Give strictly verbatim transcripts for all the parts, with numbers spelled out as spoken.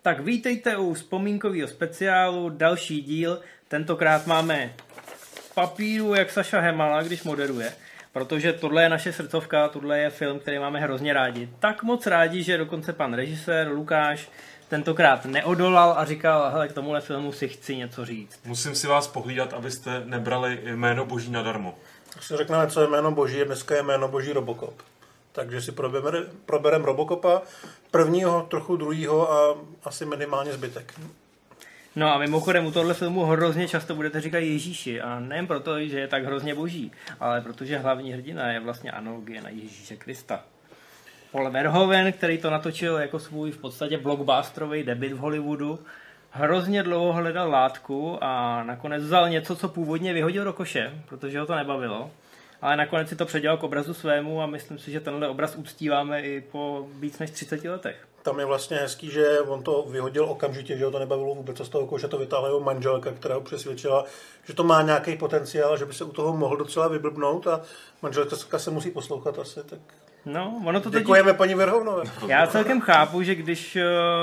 Tak vítejte u vzpomínkového speciálu, další díl. Tentokrát máme papíru, jak Saša Hemala, když moderuje. Protože tohle je naše srdcovka, tohle je film, který máme hrozně rádi. Tak moc rádi, že dokonce pan režisér Lukáš tentokrát neodolal a říkal, hele, k tomuhle filmu si chci něco říct. Musím si vás pohlídat, abyste nebrali jméno boží nadarmo. Si řekneme, co je jméno boží, dneska je jméno boží Robocop. Takže si probereme, probereme Robocopa, prvního, trochu druhýho a asi minimálně zbytek. No a mimochodem u tohle filmu hrozně často budete říkat Ježíši a nejen proto, že je tak hrozně boží, ale protože hlavní hrdina je vlastně analogie na Ježíše Krista. Paul Verhoeven, který to natočil jako svůj v podstatě blockbusterový debut v Hollywoodu, hrozně dlouho hledal látku a nakonec vzal něco, co původně vyhodil do koše, protože ho to nebavilo. Ale nakonec si to předělal k obrazu svému a myslím si, že tenhle obraz uctíváme i po víc než třiceti letech. Tam je vlastně hezký, že on to vyhodil okamžitě, že ho to nebavilo vůbec, co z toho koše to vytáhla jeho manželka, která ho přesvědčila, že to má nějaký potenciál, že by se u toho mohl docela vyblbnout a manželka se musí poslouchat asi, tak no, ono to děkujeme teď... paní Verhoevenové. Já celkem chápu, že když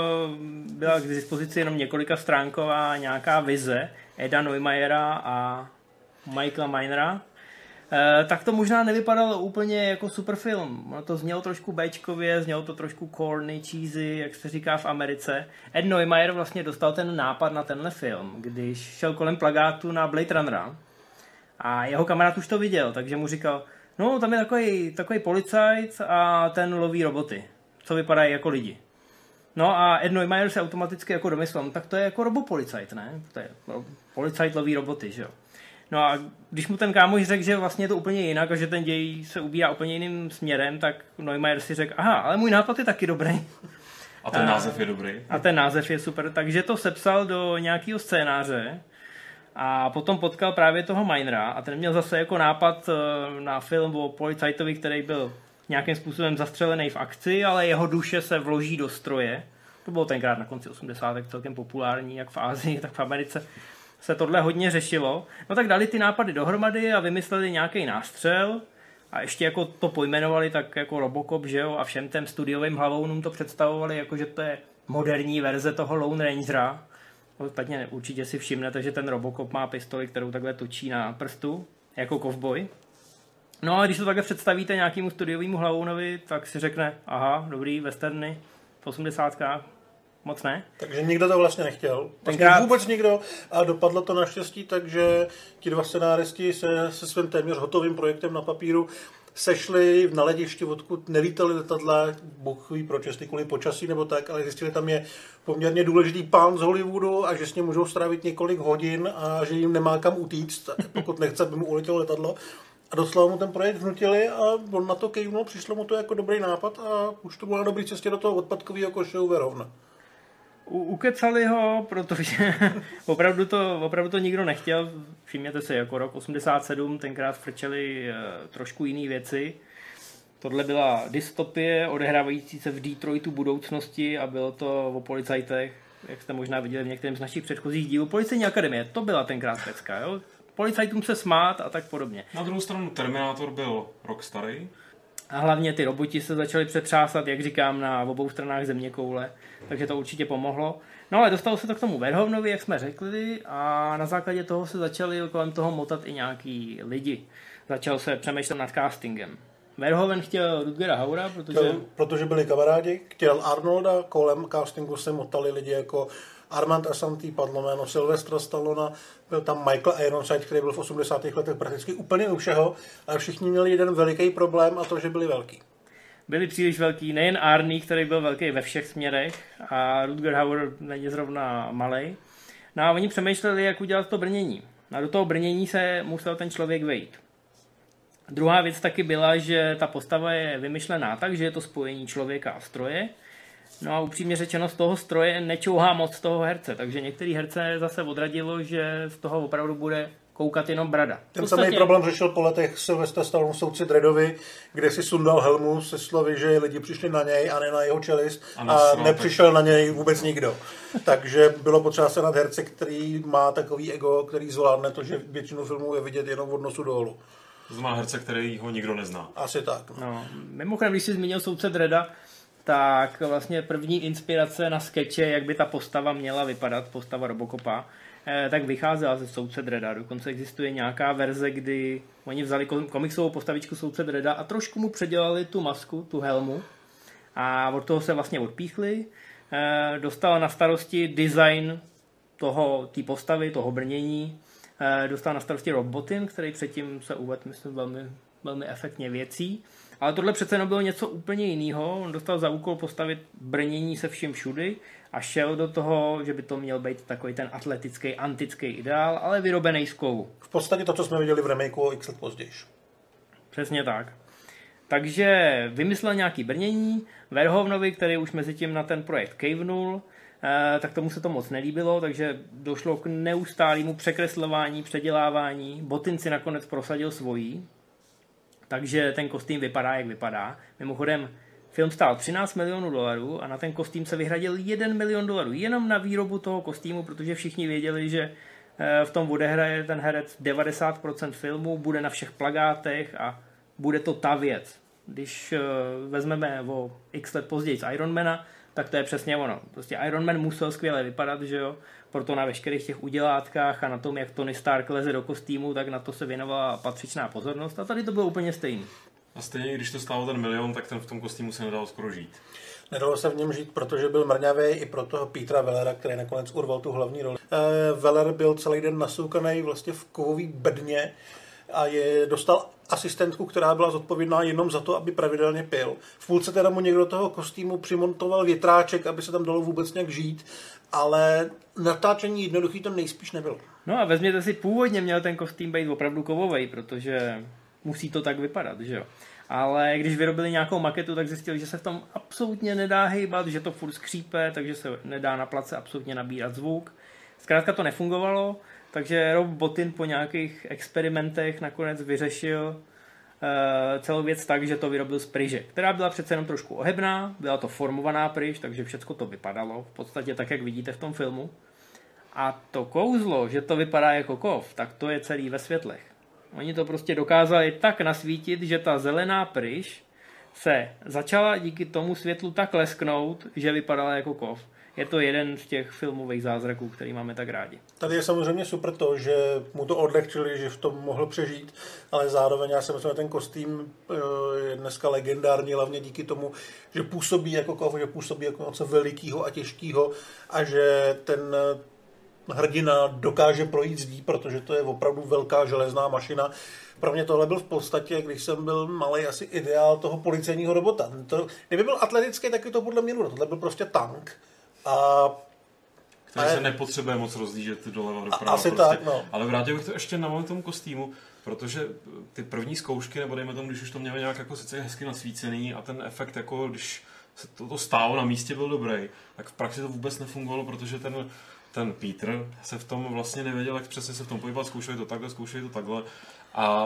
byla k dispozici jenom několika stránková nějaká vize Eda Neumayera a Michaela Minera, tak to možná nevypadalo úplně jako super film. Ono to znělo trošku béčkově, znělo to trošku corny, cheesy, jak se říká v Americe. Ed Neumayer vlastně dostal ten nápad na tenhle film, když šel kolem plakátu na Blade Runnera a jeho kamarád už to viděl, takže mu říkal, no tam je takový, takový policajt a ten loví roboty, co vypadají jako lidi. No a Ed Neumayer se automaticky jako domyslel, no, tak to je jako robopolicajt, ne? To je policajt loví roboty, že jo? No a když mu ten kámoš řekl, že vlastně je to úplně jinak a že ten děj se ubírá úplně jiným směrem, tak Neumayer si řekl, aha, ale můj nápad je taky dobrý. A ten a, název je dobrý. A ten název je super, takže to sepsal do nějakého scénáře a potom potkal právě toho Minera a ten měl zase jako nápad na film o policajtovi, který byl nějakým způsobem zastřelený v akci, ale jeho duše se vloží do stroje. To bylo tenkrát na konci osmdesátých celkem populární, jak v Asii, tak v Americe se tohle hodně řešilo. No tak dali ty nápady dohromady a vymysleli nějaký nástřel a ještě jako to pojmenovali tak jako Robocop, že jo, a všem těm studiovým hlavounům to představovali jako, že to je moderní verze toho Lone Rangera. Ostatně určitě si všimnete, že ten Robocop má pistoli, kterou takhle točí na prstu, jako kovboj. No a když to takhle představíte nějakému studiovému hlavounovi, tak si řekne, aha, dobrý, westerny v osmdesátkách. Moc ne. Takže nikdo to vlastně nechtěl. Vlastně Tenkrát... vůbec nikdo a dopadlo to naštěstí, takže ti dva scenáristi se, se svým téměř hotovým projektem na papíru sešli na letišti, odkud nelítali letadla, Bůh ví proč, jestli kvůli počasí nebo tak, ale zjistili, tam je poměrně důležitý pán z Hollywoodu a že s ním můžou strávit několik hodin a že jim nemá kam utíct, pokud nechce, aby mu uletělo letadlo. A doslova mu ten projekt vnutili a on na to kejvnul, přišlo mu to jako dobrý nápad a už to bylo na dobrý cestě do toho odpadkového koše u Verhoevena. Ukecali ho, protože opravdu to, opravdu to nikdo nechtěl. Všimněte si, jako rok osmdesát sedm, tenkrát frčeli e, trošku jiné věci. Tohle byla dystopie odehrávající se v Detroitu budoucnosti a bylo to o policajtech, jak jste možná viděli v některém z našich předchozích dílů. Policejní akademie, to byla tenkrát pecka, jo? Policajtům se smát a tak podobně. Na druhou stranu Terminátor byl rok starý. A hlavně ty roboti se začaly přetřásat, jak říkám, na obou stranách zeměkoule, takže to určitě pomohlo. No ale dostalo se to k tomu Verhoevenovi, jak jsme řekli, a na základě toho se začali kolem toho motat i nějaký lidi. Začal se přemýšlet nad castingem. Verhoeven chtěl Rutgera Haura, protože... To, protože byli kamarádi, chtěl Arnolda, kolem castingu se motali lidi jako Armand Assante, padlo jméno Sylvestra Stallona, byl tam Michael Ironside, který byl v osmdesátých letech prakticky úplně u všeho, ale všichni měli jeden veliký problém a to, že byli velký. Byli příliš velký, nejen Arnie, který byl velký ve všech směrech a Rutger Hauer není zrovna malej. No a oni přemýšleli, jak udělat to brnění. A do toho brnění se musel ten člověk vejít. Druhá věc taky byla, že ta postava je vymyšlená tak, že je to spojení člověka a stroje. No a upřímně řečeno, z toho stroje nečouhá moc z toho herce, takže některý herce zase odradilo, že z toho opravdu bude koukat jenom brada. Ten podstatě... samý problém řešil po letech Sylvester Stallone soudci Dreddovi, kde si sundal helmu se slovy, že lidi přišli na něj a ne na jeho čelist a, a nepřišel na něj vůbec nikdo. Takže bylo potřeba se nad herce, který má takový ego, který zvládne to, že většinu filmů je vidět jenom od nosu dolů. To znamená herce, který ho nikdo nezná. Asi tak. No, mimochodem, když jsi zmínil soudce Dredda, tak vlastně první inspirace na skeče, jak by ta postava měla vypadat, postava Robocopa, tak vycházela ze Soudce Dredda. Dokonce existuje nějaká verze, kdy oni vzali komiksovou postavičku Soudce Dredda a trošku mu předělali tu masku, tu helmu a od toho se vlastně odpíchli. Dostala na starosti design toho, té postavy, toho brnění. Dostal na starosti Rob Bottin, který předtím se uvedl, myslím, velmi, velmi efektně věcí. Ale tohle přece jenom bylo něco úplně jiného. On dostal za úkol postavit brnění se vším všudy a šel do toho, že by to měl být takový ten atletický, antický ideál, ale vyrobený z kovu. V podstatě to, co jsme viděli v remakeu o x let později. Přesně tak. Takže vymyslel nějaký brnění, Verhovnovi, který už mezi tím na ten projekt kejvnul, eh, tak tomu se to moc nelíbilo, takže došlo k neustálému překreslování, předělávání. Bottin si nakonec prosadil svojí, takže ten kostým vypadá, jak vypadá. Mimochodem, film stál třináct milionů dolarů a na ten kostým se vyhradil jeden milion dolarů. Jenom na výrobu toho kostýmu, protože všichni věděli, že v tom odehraje ten herec devadesát procent filmu, bude na všech plakátech a bude to ta věc. Když vezmeme o x let později z Ironmana, tak to je přesně ono. Prostě Iron Man musel skvěle vypadat, že jo? Proto na veškerých těch udělátkách a na tom, jak Tony Stark leze do kostýmu, tak na to se věnovala patřičná pozornost a tady to bylo úplně stejný. A stejně, když to stálo ten milion, tak ten v tom kostýmu se nedalo skoro žít. Nedalo se v něm žít, protože byl mrňavý i pro toho Petra Wellera, který nakonec urval tu hlavní roli. E, Weller byl celý den nasoukaný vlastně v kovový bedně a je, dostal asistentku, která byla zodpovědná jenom za to, aby pravidelně pil. V půlce teda mu někdo do toho kostýmu přimontoval větráček, aby se tam dalo vůbec nějak žít, ale natáčení jednoduchý to nejspíš nebylo. No a vezměte si, původně měl ten kostým být opravdu kovovej, protože musí to tak vypadat, že jo. Ale když vyrobili nějakou maketu, tak zjistili, že se v tom absolutně nedá hejbat, že to furt skřípe, takže se nedá na place absolutně nabírat zvuk. Zkrátka to nefungovalo, takže Rob Bottin po nějakých experimentech nakonec vyřešil uh, celou věc tak, že to vyrobil z pryže, která byla přece jenom trošku ohebná, byla to formovaná pryž, takže všechno to vypadalo v podstatě tak, jak vidíte v tom filmu. A to kouzlo, že to vypadá jako kov, tak to je celý ve světlech. Oni to prostě dokázali tak nasvítit, že ta zelená pryž se začala díky tomu světlu tak lesknout, že vypadala jako kov. Je to jeden z těch filmových zázraků, který máme tak rádi. Tady je samozřejmě super to, že mu to odlehčili, že v tom mohl přežít, ale zároveň já si myslím, že ten kostým je dneska legendární, hlavně díky tomu, že působí jako kov, že působí jako něco velikého a těžkého a že ten hrdina dokáže projít zdí, protože to je opravdu velká železná mašina. Pro mě tohle byl v podstatě, když jsem byl malý, asi ideál toho policejního robota. To, kdyby byl atletický, tak je to podle mě nuda. Tohle byl prostě tank. A, který a se je, nepotřebuje moc rozdížet doleva doprava. Asi prostě. tak, no. Ale vrátil bych to ještě na moment tomu kostýmu, protože ty první zkoušky, nebo dejme tomu, když už to mělo nějak jako sice hezky nasvícený a ten efekt, jako když se to, to stálo na místě, byl dobrý, tak v praxi to vůbec nefungovalo, protože ten ten Peter se v tom vlastně nevěděl, jak přesně se v tom pohybovat, zkoušeli to takhle, zkoušeli to takhle. A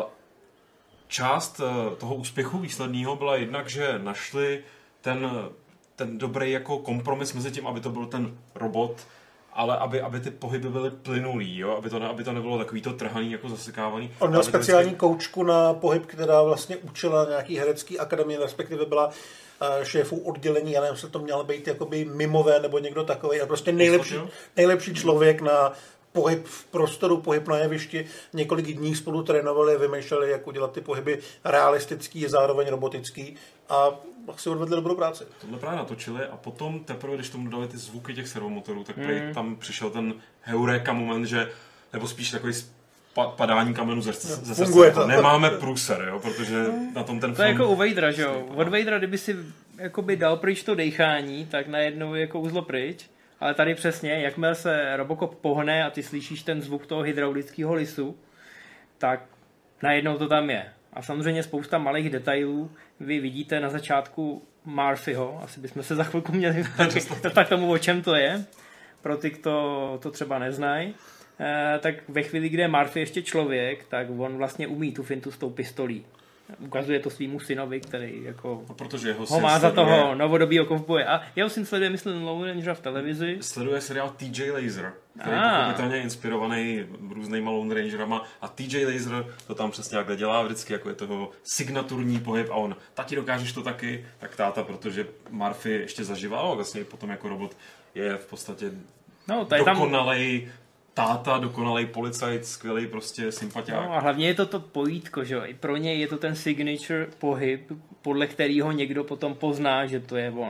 část toho úspěchu výsledného byla jednak, že našli ten, ten dobrý jako kompromis mezi tím, aby to byl ten robot, ale aby, aby ty pohyby byly plynulý, jo? Aby, to ne, aby to nebylo takový to trhaný, jako zasekávaný. On měl speciální vždycky... koučku na pohyb, která vlastně učila nějaký herecký akademie, respektive byla šéfů oddělení, já nevím, jestli to měl být jakoby mimové nebo někdo takový, a prostě nejlepší, nejlepší člověk na pohyb v prostoru, pohyb na jevišti. Několik dní spolu trénovali, vymýšleli, jak udělat ty pohyby realistický, zároveň robotický a si odvedli dobrou práci. Tohle právě natočili a potom teprve, když tomu dodali ty zvuky těch servomotorů, tak mm. tam přišel ten heureka moment, že, nebo spíš takový padání kamenu ze, ze Funguje srdce. Nemáme průser, jo, protože na tom ten to film... je jako u Vadera, že jo. Od Vadera, kdyby si jakoby dal pryč to dejchání, tak najednou je kouzlo pryč. Ale tady přesně, jakmile se Robocop pohne a ty slyšíš ten zvuk toho hydraulického lisu, tak najednou to tam je. A samozřejmě spousta malých detailů. Vy vidíte na začátku Murphyho, asi bychom se za chvilku měli tak tomu, o čem to je. Pro ty, kdo to třeba neznají. Eh, tak ve chvíli, kdy je Murphy ještě člověk, tak on vlastně umí tu fintu s tou pistolí. Ukazuje to svýmu synovi, který jako no, protože jeho ho má za toho novodobího kovboje. A jeho syn sleduje, myslím, Lone Rangera v televizi. Sleduje seriál T J Laser, který ah. je pochopitelně inspirovaný různýma Lone Rangerama a T J Laser to tam přesně takhle dělá vždycky, jako je toho signaturní pohyb a on, tati, dokážeš to taky? Tak táta, protože Murphy ještě zažíval a vlastně potom jako robot je v podstatě no, to je dokonalej tam... táta, dokonalej policajt, skvělý prostě sympatiák. No a hlavně je to to pojítko, že jo, i pro něj je to ten signature pohyb, podle kterého někdo potom pozná, že to je on.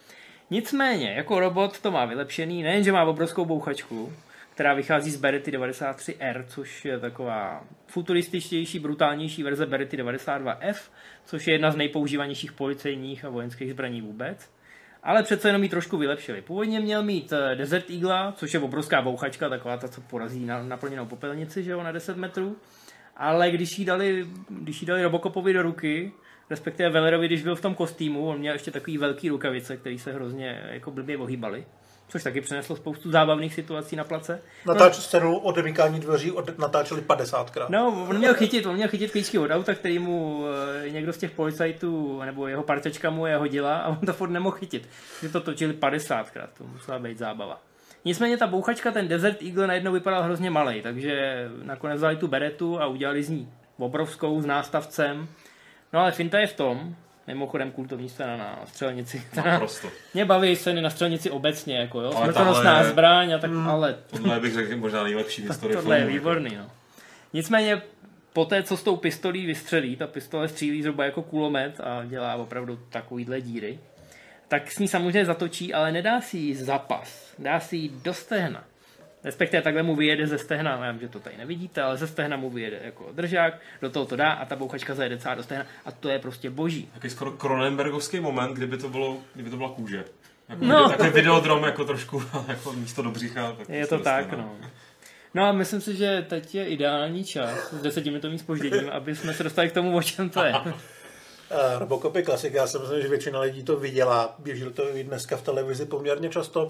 Nicméně, jako robot to má vylepšený, nejenže má obrovskou bouchačku, která vychází z Berety devadesát tři R, což je taková futurističtější, brutálnější verze Berety devadesát dva F, což je jedna z nejpoužívanějších policejních a vojenských zbraní vůbec. Ale přece jenom ji trošku vylepšili. Původně měl mít Desert Eagle, což je obrovská bouchačka, taková ta, co porazí na naplněnou popelnici, že jo, na deset metrů. Ale když jí dali, když jí dali Robocopovi do ruky, respektive Wellerovi, když byl v tom kostýmu, on měl ještě takový velký rukavice, které se hrozně jako blbě ohýbaly. Což taky přineslo spoustu zábavných situací na place. Natáč scénu odemykání dveří od, natáčeli padesátkrát. No, on měl chytit, on měl chytit klíčky od auta, který mu e, někdo z těch policajtů, nebo jeho parťačka mu je hodila a on to furt nemohl chytit. Že to točili padesátkrát, to musela být zábava. Nicméně ta bouchačka, ten Desert Eagle najednou vypadal hrozně malej, takže nakonec vzali tu Beretu a udělali z ní obrovskou s nástavcem. No ale finta je v tom, mimochodem kultovní scéna na střelnici. Naprosto. Mě baví scény na střelnici obecně, jako jo, smrtonosná je... zbraň a tak, mm, ale... Tohle bych řekl možná nejlepší v historii. Tohle je výborný, no. Nicméně poté, co s tou pistolí vystřelí, ta pistole střílí zhruba jako kulomet a dělá opravdu takovýhle díry, tak s ní samozřejmě zatočí, ale nedá si ji za pas, dá si ji do stehna. Respektive takhle mu vyjede ze stehna, nevím, že to tady nevidíte, ale ze stehna mu vyjede jako držák, do toho to dá a ta bouchačka zajede celá do stehna a to je prostě boží. Takový skoro Cronenbergovský moment, kdyby to bylo, kdyby to byla kůže. Jako no. Takový videodrom jako trošku jako místo do břicha. Tak je to tak, no. No a myslím si, že teď je ideální čas s desetiminutovým zpožděním, aby jsme se dostali k tomu, o čem to je. Robocop je klasik, já si myslím, že většina lidí to viděla, běží to i dneska v televizi poměrně často,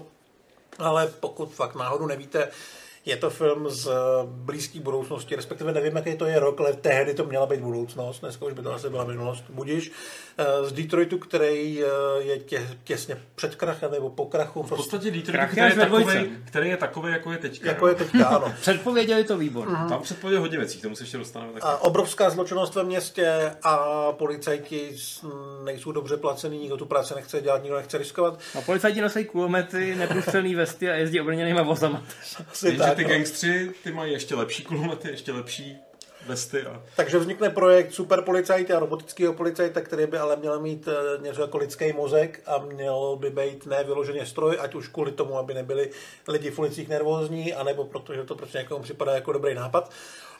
ale pokud fakt náhodou nevíte, je to film z blízké budoucnosti, respektive nevím, jaký to je rok, ale tehdy to měla být budoucnost, dneska už by to asi byla minulost, budiš. Z Detroitu, který je tě, těsně před krachem nebo po krachu. V podstatě Detroit, který je, takový, který je takový, jako je teďka. Jako je teďka, ano. Předpověděli to výborně. Mm-hmm. Tam předpověděli hodně věcí, k tomu se ještě dostaneme. Taky. A obrovská zločinnost ve městě a policajti nejsou dobře placený, nikdo tu práci nechce dělat, nikdo nechce riskovat. A policajti nosí kulomety, neprůstřelný vesty a jezdí obrněnýma vozama. Jenže ty gangstři, ty mají ještě lepší kulomety, ještě lepší vesty. A... Takže vznikne projekt super policajta a robotického policajta, který by ale měl mít něco jako lidský mozek a měl by být ne vyloženě stroj, ať už kvůli tomu, aby nebyli lidi v ulicích nervózní, anebo protože to prostě někomu připadá jako dobrý nápad.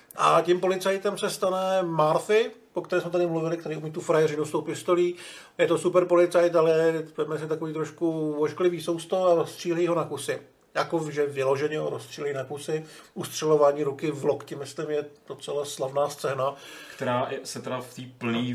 A tím policajtem se stane Murphy, po kterém jsme tady mluvili, který umí tu frajeřinu s tou pistolí. Je to super policajt, ale pojďme si takový trošku ošklivý sousto a střílí ho na kusy. Jako, že vyloženě ho rozstřílí na kusy. Ustřelování ruky v lokti, myslím, je docela slavná scéna. Která se teda v té plné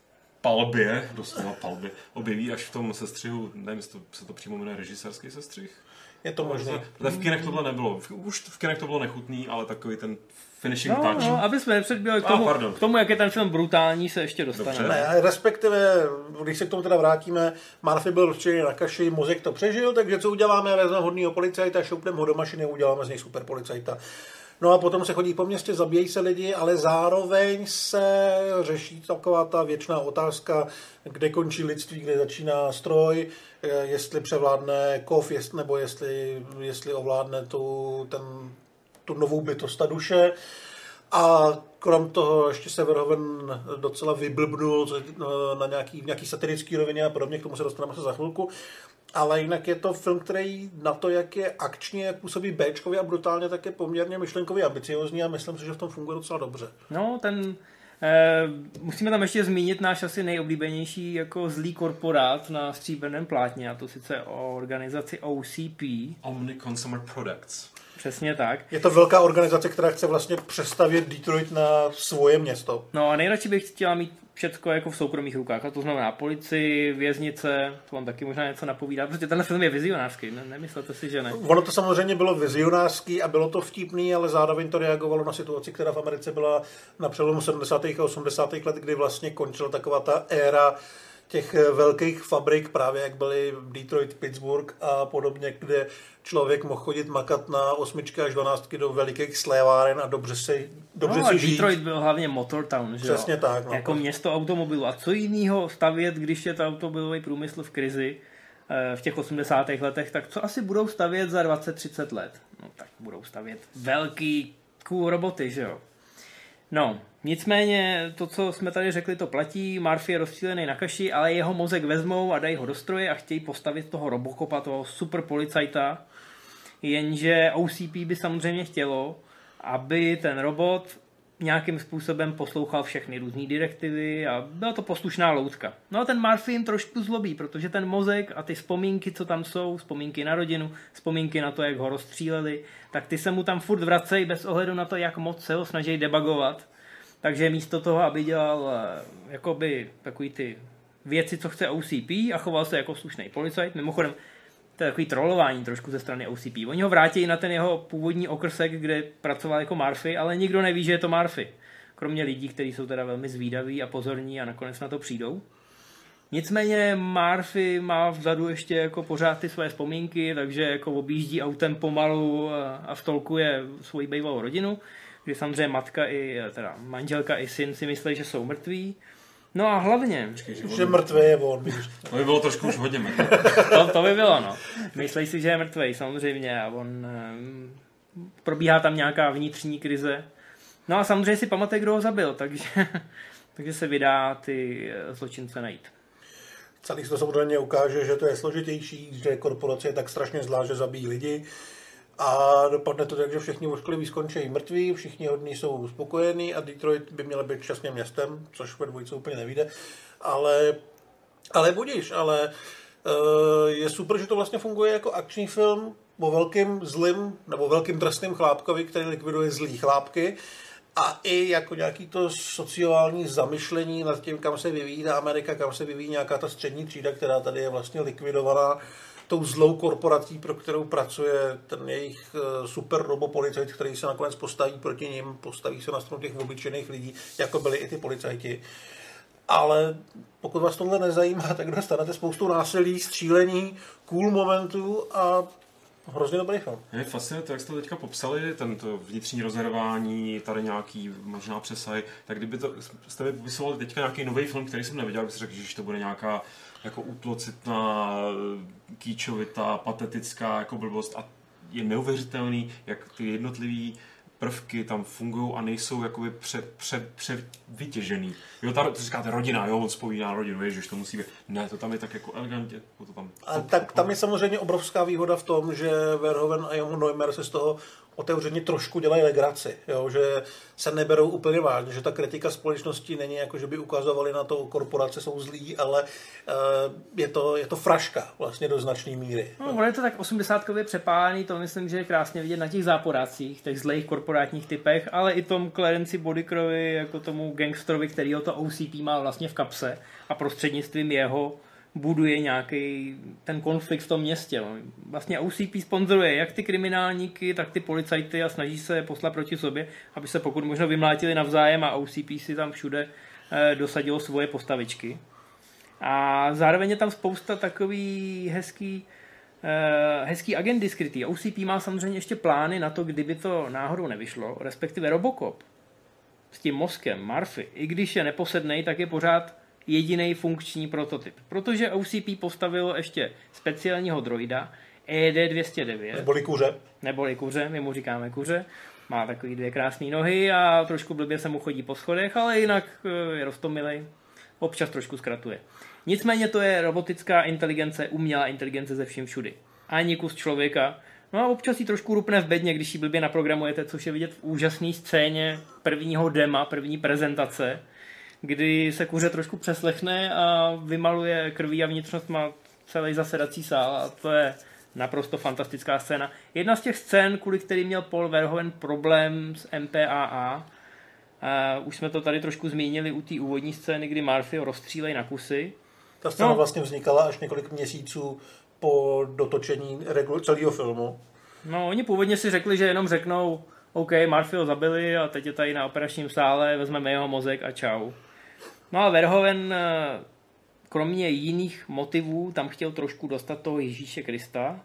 palbě, doslova palbě, objeví až v tom sestřihu, nevím, jestli se to přímo jmenuje režisérský sestřih? Je to možné. V kinech tohle nebylo. Už v kinech to bylo nechutný, ale takový ten finishing no, touch. No, aby jsme nepředběhli k tomu, ah, k tomu, jak je ten film brutální, se ještě dostaneme. Ne, respektive, když se k tomu teda vrátíme, Murphy byl rozčený na kaši, mozek to přežil, takže co uděláme? Vezmeme hodnýho policajta, šoupneme ho do mašiny a uděláme z něj super policajta. No a potom se chodí po městě, zabíjejí se lidi, ale zároveň se řeší taková ta věčná otázka, kde končí lidství, kde začíná stroj, jestli převládne kov, jest, nebo jestli, jestli ovládne tu, ten, tu novou bytost, ta duše. A krom toho ještě se Verhoeven docela vyblbnul na nějaký, nějaký satirický rovině a podobně, k tomu se dostaneme se za chvilku. Ale jinak je to film, který na to, jak je akčně, jak působí béčkově a brutálně, tak je poměrně myšlenkově ambiciozní a myslím si, že v tom funguje docela dobře. No, ten... Eh, musíme tam ještě zmínit náš asi nejoblíbenější jako zlý korporát na stříbrném plátně, a to sice o organizaci O C P. Omni Consumer Products. Přesně tak. Je to velká organizace, která chce vlastně přestavět Detroit na svoje město. No a nejradši bych chtěla mít všecko jako v soukromých rukách. A to znamená policii, věznice, to vám taky možná něco napovídá. Prostě tenhle film je vizionářský, ne, nemyslete si, že ne? Ono to samozřejmě bylo vizionářský a bylo to vtipný, ale zároveň to reagovalo na situaci, která v Americe byla na přelomu sedmdesátých a osmdesátých let, kdy vlastně končila taková ta éra těch velkých fabrik, právě jak byly Detroit, Pittsburgh a podobně, kde člověk mohl chodit makat na osmičky až dvanáctky do velikých sléváren a dobře si, dobře no, si žít. Detroit byl hlavně Motortown, že Přesně jo? tak. No. Jako město automobilů. A co jiného stavět, když je to automobilový průmysl v krizi v těch osmdesátých letech, tak co asi budou stavět za dvacet třicet let? No tak budou stavět velký cool roboty, že jo? No, nicméně to, co jsme tady řekli, to platí. Murphy je rozstřílený na kaši, ale jeho mozek vezmou a dají ho do stroje a chtějí postavit toho Robocopa, toho super policajta. Jenže O C P by samozřejmě chtělo, aby ten robot nějakým způsobem poslouchal všechny různý direktivy a byla to poslušná loutka. No a ten Murphy jim trošku zlobí, protože ten mozek a ty vzpomínky, co tam jsou, vzpomínky na rodinu, vzpomínky na to, jak ho rozstříleli, tak ty se mu tam furt vracejí bez ohledu na to, jak moc se ho snaží debugovat. Takže místo toho, aby dělal jakoby takový ty věci, co chce O C P a choval se jako slušný policajt, mimochodem to je takový trollování trošku ze strany O C P. Oni ho vrátí na ten jeho původní okrsek, kde pracoval jako Murphy, ale nikdo neví, že je to Murphy. Kromě lidí, kteří jsou teda velmi zvídaví a pozorní a nakonec na to přijdou. Nicméně Murphy má vzadu ještě jako pořád ty své vzpomínky, takže jako objíždí autem pomalu a vtolkuje svoji bývalou rodinu, kdy samozřejmě matka i teda manželka i syn si myslí, že jsou mrtví. No a hlavně... Počkej, že, že mrtvý je on. To by bylo trošku už hodně mrtvý. to, to by bylo, no. Myslí si, že je mrtvý, samozřejmě. A on... Um, probíhá tam nějaká vnitřní krize. No a samozřejmě si pamatuje, kdo ho zabil, takže, takže se vydá ty zločince najít. Celý se to samozřejmě ukáže, že to je složitější, že korporace je tak strašně zlá, že zabíjí lidi. A dopadne to tak, že všichni oškliví skončí mrtví, všichni hodní jsou spokojení a Detroit by měl být šťastným městem, což ve dvojce úplně nevíde. Ale, ale budíš, ale uh, je super, že to vlastně funguje jako akční film o velkým zlým nebo velkým drsným chlápkovi, který likviduje zlý chlápky. A i jako nějaký to sociální zamyšlení nad tím, kam se vyvíjí ta Amerika, kam se vyvíjí nějaká ta střední třída, která tady je vlastně likvidovaná tou zlou korporací, pro kterou pracuje ten jejich super robopolicajt, který se nakonec postaví proti nim, postaví se na stranu těch obyčejných lidí, jako byli i ty policajti. Ale pokud vás tohle nezajímá, tak dostanete spoustu násilí, střílení, cool momentů a hrozně dobrý film. Je fascinuje to, jak jste to teďka popsali, tento vnitřní rozhodování, tady nějaký možná přesah, tak kdyby to, jste by popisovali teďka nějaký nový film, který jsem neviděl, bych si řekl, že to bude nějaká jako útlocitná, kýčovitá, patetická jako blbost a je neuvěřitelný, jak ty jednotlivý prvky tam fungují a nejsou jakoby před, před, před vytěžený. Jo, ta, to říkáte rodina, jo, on vzpomíná rodinu, ježiš, to musí být. Ne, to tam je tak jako elegantně. To tam, a tak jako... tam je samozřejmě obrovská výhoda v tom, že Verhoeven a Jan Neumer se z toho otevřeně trošku dělají legraci, jo, že se neberou úplně vážně, že ta kritika společnosti není jako, že by ukazovali na to, korporace jsou zlí, ale uh, je, to, je to fraška vlastně do značné míry. No, ono je to tak osmdesátkově přepálený, to myslím, že je krásně vidět na těch záporácích, těch zlejch korporátních typech, ale i tom Clarenci Bodycrovi, jako tomu gangstrovi, kterýho to O C P má vlastně v kapse a prostřednictvím jeho buduje nějaký ten konflikt v tom městě. Vlastně O C P sponzoruje jak ty kriminálníky, tak ty policajty a snaží se poslat proti sobě, aby se pokud možno vymlátili navzájem a O C P si tam všude eh, dosadilo svoje postavičky. A zároveň je tam spousta takový hezký, eh, hezký agendy skrytý. O C P má samozřejmě ještě plány na to, kdyby to náhodou nevyšlo, respektive Robocop s tím mozkem Murphy, i když je neposednej, tak je pořád jediný funkční prototyp. Protože O C P postavilo ještě speciálního droida E D dvě stě devět. Neboli kuře. Neboli kuře, my mu říkáme kuře. Má takový dvě krásné nohy a trošku blbě se mu chodí po schodech, ale jinak je roztomilej. Občas trošku zkratuje. Nicméně to je robotická inteligence, umělá inteligence ze vším všudy. Ani kus člověka. No a občas ji trošku rupne v bedně, když ji blbě naprogramujete, což je vidět v úžasné scéně prvního dema, první prezentace, kdy se kuře trošku přeslechne a vymaluje krví a vnitřnost má celý zasedací sál a to je naprosto fantastická scéna. Jedna z těch scén, kvůli který měl Paul Verhoeven problém s M P A A, Uh, už jsme to tady trošku zmínili u té úvodní scény, kdy Murphy rozstřílej na kusy. Ta scéna no. vlastně vznikala až několik měsíců po dotočení celého filmu. No, oni původně si řekli, že jenom řeknou OK, Murphy ho zabili a teď je tady na operačním sále, vezmeme jeho mozek a čau. No a Verhoeven kromě jiných motivů tam chtěl trošku dostat toho Ježíše Krista.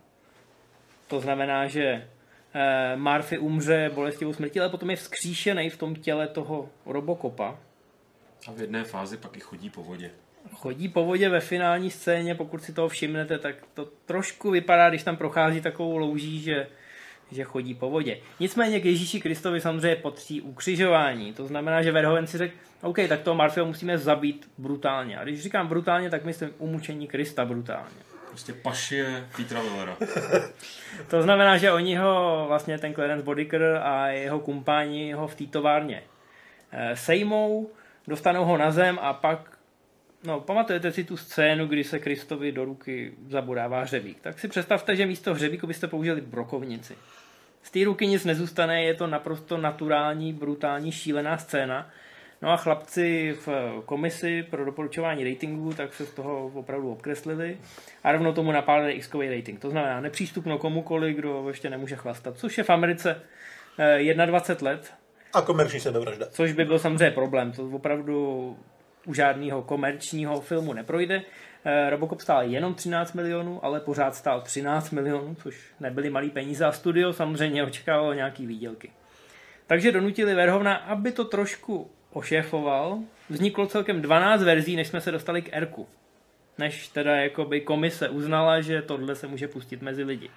To znamená, že Murphy umře bolestivou smrtí, ale potom je vzkříšený v tom těle toho Robocopa. A v jedné fázi pak i chodí po vodě. Chodí po vodě ve finální scéně, pokud si toho všimnete, tak to trošku vypadá, když tam prochází takovou louží, že, že chodí po vodě. Nicméně k Ježíši Kristovi samozřejmě patří ukřižování. To znamená, že Verhoeven si řekl, OK, tak toho Murphyho musíme zabít brutálně. A když říkám brutálně, tak myslím umučení Krista brutálně. Prostě pašie Petra Willera. To znamená, že oni ho, vlastně ten Clarence Boddicker a jeho kumpáni ho v té továrně sejmou, dostanou ho na zem a pak, no pamatujete si tu scénu, kdy se Kristovi do ruky zabodává hřebík. Tak si představte, že místo hřebíku byste použili brokovnici. Z té ruky nic nezůstane, je to naprosto naturální, brutální, šílená scéna. No a chlapci v komisi pro doporučování ratingu tak se z toho opravdu obkreslili a rovnou tomu napálili X-kový rating. To znamená nepřístupno komukoli, kdo ještě nemůže chlastat, což je v Americe dvacet jedna let. A komerční sebevražda. Což by byl samozřejmě problém. To opravdu u žádného komerčního filmu neprojde. Robocop stál jenom třináct milionů, ale pořád stál třináct milionů, což nebyly malý peníze a studio samozřejmě očekávalo nějaký výdělky. Takže donutili Verhoevena, aby to trošku ošéfoval. Vzniklo celkem dvanáct verzí, než jsme se dostali k Erku. Než teda jakoby komise uznala, že tohle se může pustit mezi lidi.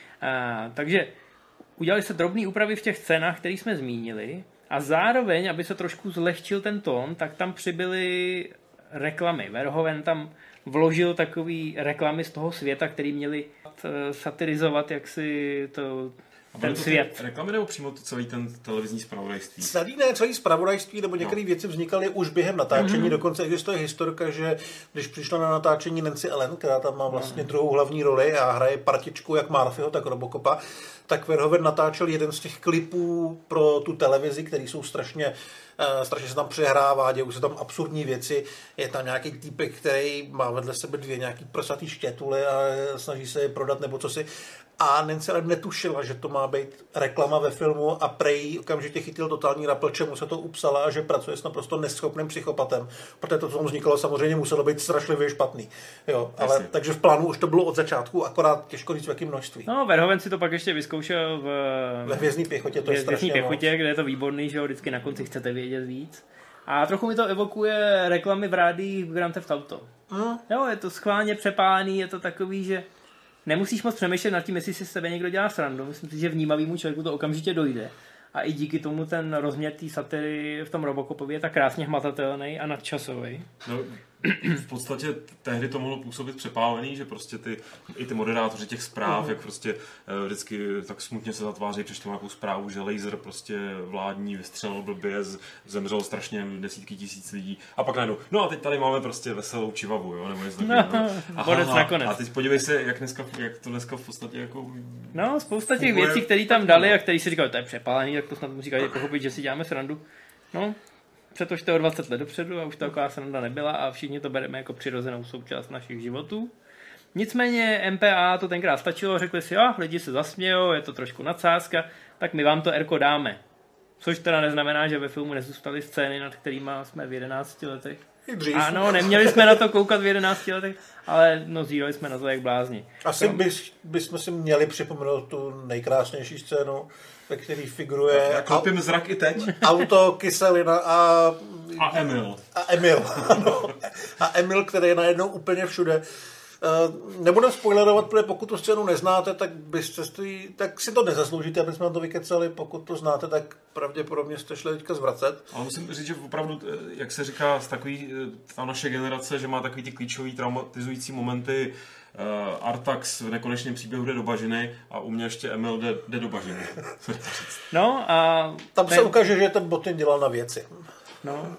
A, takže udělali se drobné úpravy v těch scénách, které jsme zmínili a zároveň, aby se trošku zlehčil ten tón, tak tam přibyly reklamy. Verhoeven tam vložil takový reklamy z toho světa, který měli satirizovat jaksi to, ten to svět. Reklamy nebo přímo to celý ten televizní zpravodajství? Celý ne, celý zpravodajství, nebo některé no. věci vznikaly už během natáčení. Mm-hmm. Dokonce existuje historka, že když přišla na natáčení Nancy Allen, která tam má vlastně no. druhou hlavní roli a hraje partičku jak Murphyho, tak Robocopa, tak Verhoeven natáčel jeden z těch klipů pro tu televizi, který jsou strašně Uh, strašně se tam přehrává, dějou se tam absurdní věci. Je tam nějaký týpek, který má vedle sebe dvě nějaký prsatý štětuly a snaží se je prodat nebo co si. A Nancy Allen netušila, že to má být reklama ve filmu a prej okamžitě chytil totální rapl, čemu se to upsala a že pracuje s naprosto neschopným psychopatem. Protože to, co tam vznikalo, samozřejmě muselo být strašlivě špatný. Jo, ale, takže v plánu už to bylo od začátku, akorát těžko říct v jakém množství. No, Verhoeven si to pak ještě vyzkoušel v ve Hvězdné pěchotě, to je strašně pěchotě, kde je to výborný, že jo, vždycky na konci chcete vědět víc. A trochu mi to evokuje reklamy v rádii v Grand Theft Auto. Mm. Jo, je to schválně přepálený, je to takový, že nemusíš moc přemýšlet nad tím, jestli si s sebe někdo dělá srandu. Myslím si, že vnímavýmu člověku to okamžitě dojde. A i díky tomu ten rozměr té satiry v tom Robocopově je tak krásně hmatatelný a nadčasový. No, v podstatě tehdy to mohlo působit přepálený, že prostě ty, i ty moderátoři těch zpráv, uh-huh. jak prostě vždycky tak smutně se zatváří, přečtou nějakou zprávu, že laser prostě vládní vystřelil blbě, zemřelo strašně desítky tisíc lidí. A pak najednou, no a teď tady máme prostě veselou čivavu, jo, nebo něco takového. No, a teď podívej se, jak, dneska, jak to dneska v podstatě jako... No, spousta těch funguje, věcí, které tam dali a které si říkali, to je přepálený, tak to snad musí pochopit, že si děláme srandu. No, přetočte o dvacet let dopředu a už to taková sranda nebyla a všichni to bereme jako přirozenou součást našich životů. Nicméně M P A to tenkrát stačilo, řekli si, jo, lidi se zasmějou, je to trošku nadsázka, tak my vám to Erko dáme. Což teda neznamená, že ve filmu nezůstaly scény, nad kterými jsme v jedenácti letech. Ano, neměli jsme na to koukat v jedenácti letech, ale no zírali jsme na to jak blázni. Asi bys, bychom si měli připomenout tu nejkrásnější scénu, ve který figuruje... Já klopím zrak i teď. Auto, kyselina a... A Emil. A Emil, ano. A Emil, který je najednou úplně všude. Uh, nebudem spoilerovat, protože pokud tu scénu neznáte, tak, byste stojí, tak si to nezasloužíte, aby jsme na to vykecali. Pokud to znáte, tak pravděpodobně jste šli teďka zvracet. Ale musím říct, že opravdu, jak se říká, z takový, ta naše generace, že má takový ty klíčový traumatizující momenty. uh, Artax v nekonečném příběhu jde do bažiny a u mě ještě Emil jde, jde do bažiny. No a... Tam ten... se ukáže, že ten Botin dělal na věci. No...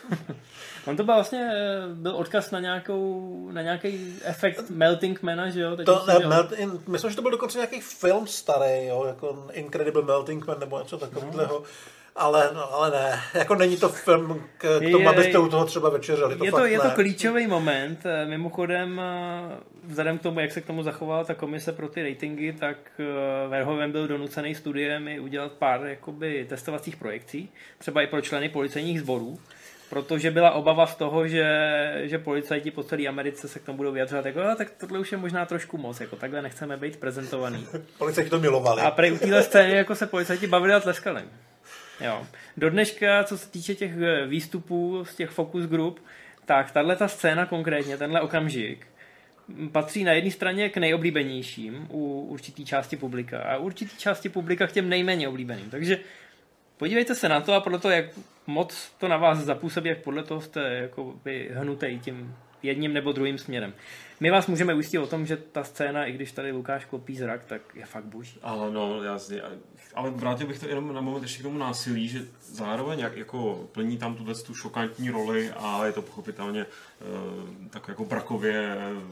On to byl vlastně byl odkaz na nějakou na nějaký efekt Melting Mana, že jo? Teď to, ne, melt, in, myslím, že to byl dokonce nějaký film starý, jo, jako Incredible Melting Man nebo něco takového. No. Ale, no, ale ne, jako není to film k tomu, je, abyste u toho třeba večeřeli. To je, fakt to, je ne. to klíčový moment. Mimochodem, vzhledem k tomu, jak se k tomu zachovala ta komise pro ty ratingy, tak Verhoeven byl donucený studiem i udělat pár jakoby, testovacích projekcí, třeba i pro členy policejních sborů, protože byla obava z toho, že, že policajti po celé Americe se k tomu budou vyjadřovat jako, tak tohle už je možná trošku moc, jako takhle nechceme být prezentovaný. Policajti to milovali. A prej u téhle scény jako se policajti bavili a tleskali. Jo. Do dneška, co se týče těch výstupů z těch focus group, tak tato scéna konkrétně, tenhle okamžik, patří na jedné straně k nejoblíbenějším u určitý části publika a určitý části publika k těm nejméně oblíbeným. Takže podívejte se na to a podle toho, jak moc to na vás zapůsobí, jak podle toho jste jakoby hnutej tím jedním nebo druhým směrem. My vás můžeme ujistit o tom, že ta scéna, i když tady Lukáš klopí zrak, tak je fakt boží. Ale no, jasně. Ale vrátil bych to jenom na moment ještě k tomu násilí, že zároveň jak, jako plní tam tuhle tu šokantní roli a je to pochopitelně uh, tak jako brakově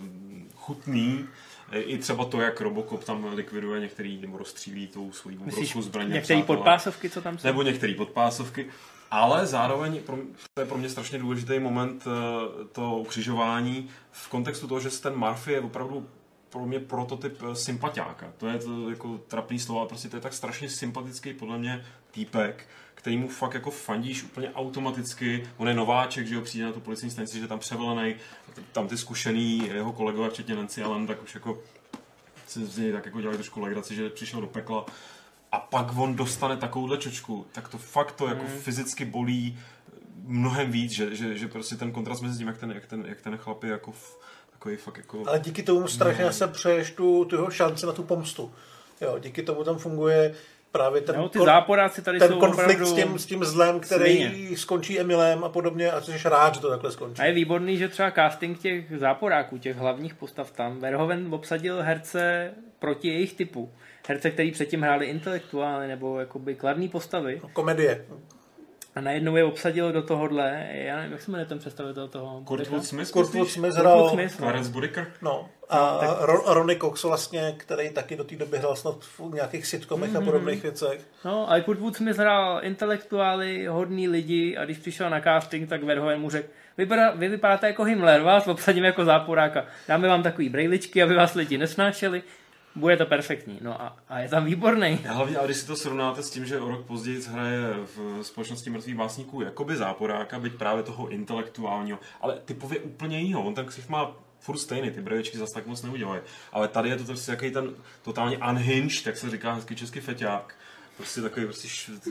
chutný. I třeba to, jak Robocop tam likviduje některý, nebo rozstřílí tou svojí obrovskou zbraní. Některý podpásovky, co tam jsou? Nebo některý podpásovky. Ale zároveň, to je pro mě strašně důležitý moment, to ukřižování v kontextu toho, že ten Murphy je opravdu pro mě prototyp sympatiáka. To je to jako trapný slovo, ale prostě to je tak strašně sympatický podle mě týpek, který mu fakt jako fandíš úplně automaticky. On je nováček, že jo, přijde na tu policejní stanici, že je tam převelenej, tam ty zkušený jeho kolegové, včetně Nancy Allen, tak už jako si z něj tak jako dělali trošku legraci, že přišel do pekla. A pak on dostane takovouhle čočku, tak to fakt to jako mm. fyzicky bolí mnohem víc, že, že, že prostě ten kontrast mezi tím, jak ten, jak ten, jak ten chlap je jako v, takový fakt jako... Ale díky tomu strašně no. se přeješ tu, tu jeho šanci na tu pomstu. Jo, díky tomu tam funguje právě ten, no, ty záporáci tady ten jsou konflikt s tím, s tím zlem, který svině. Skončí Emilem a podobně a jsi rád, že to takhle skončí. A je výborný, že třeba casting těch záporáků, těch hlavních postav tam, Verhoeven obsadil herce proti jejich typu. Herce, který předtím hráli intelektuálně nebo jakoby kladný postavy. Komedie. A najednou je obsadil do tohohle, já nevím, jak se jmenuje ten představitel toho. Kurtwood Smith? Kurtwood Smith hrál. Clarence Boddicker? No. A no, Ron, Ronnie Cox vlastně, který taky do té doby hrál snad v nějakých sitcomech mm-hmm. a podobných věcech. No, ale Kurtwood Smith hrál intelektuály, hodný lidi a když přišel na casting, tak Verhoeven mu řekl, Vypadá, vy vypadáte jako Himmler, vás obsadíme jako záporáka. Dáme vám takový brejličky, aby vás lidi nesnášeli. Bude to perfektní. No a, a je tam výborný. A hlavně, ale když si to srovnáte s tím, že o rok později hraje v Společnosti mrtvých básníků jakoby záporáka, byť právě toho intelektuálního, ale typově úplně jiného. On ten ksich má furt stejný, ty brejličky zase tak moc neudělají. Ale tady je to prostě jaký ten totálně unhinged, jak se říká hezky český feťák. Prostě takový prostě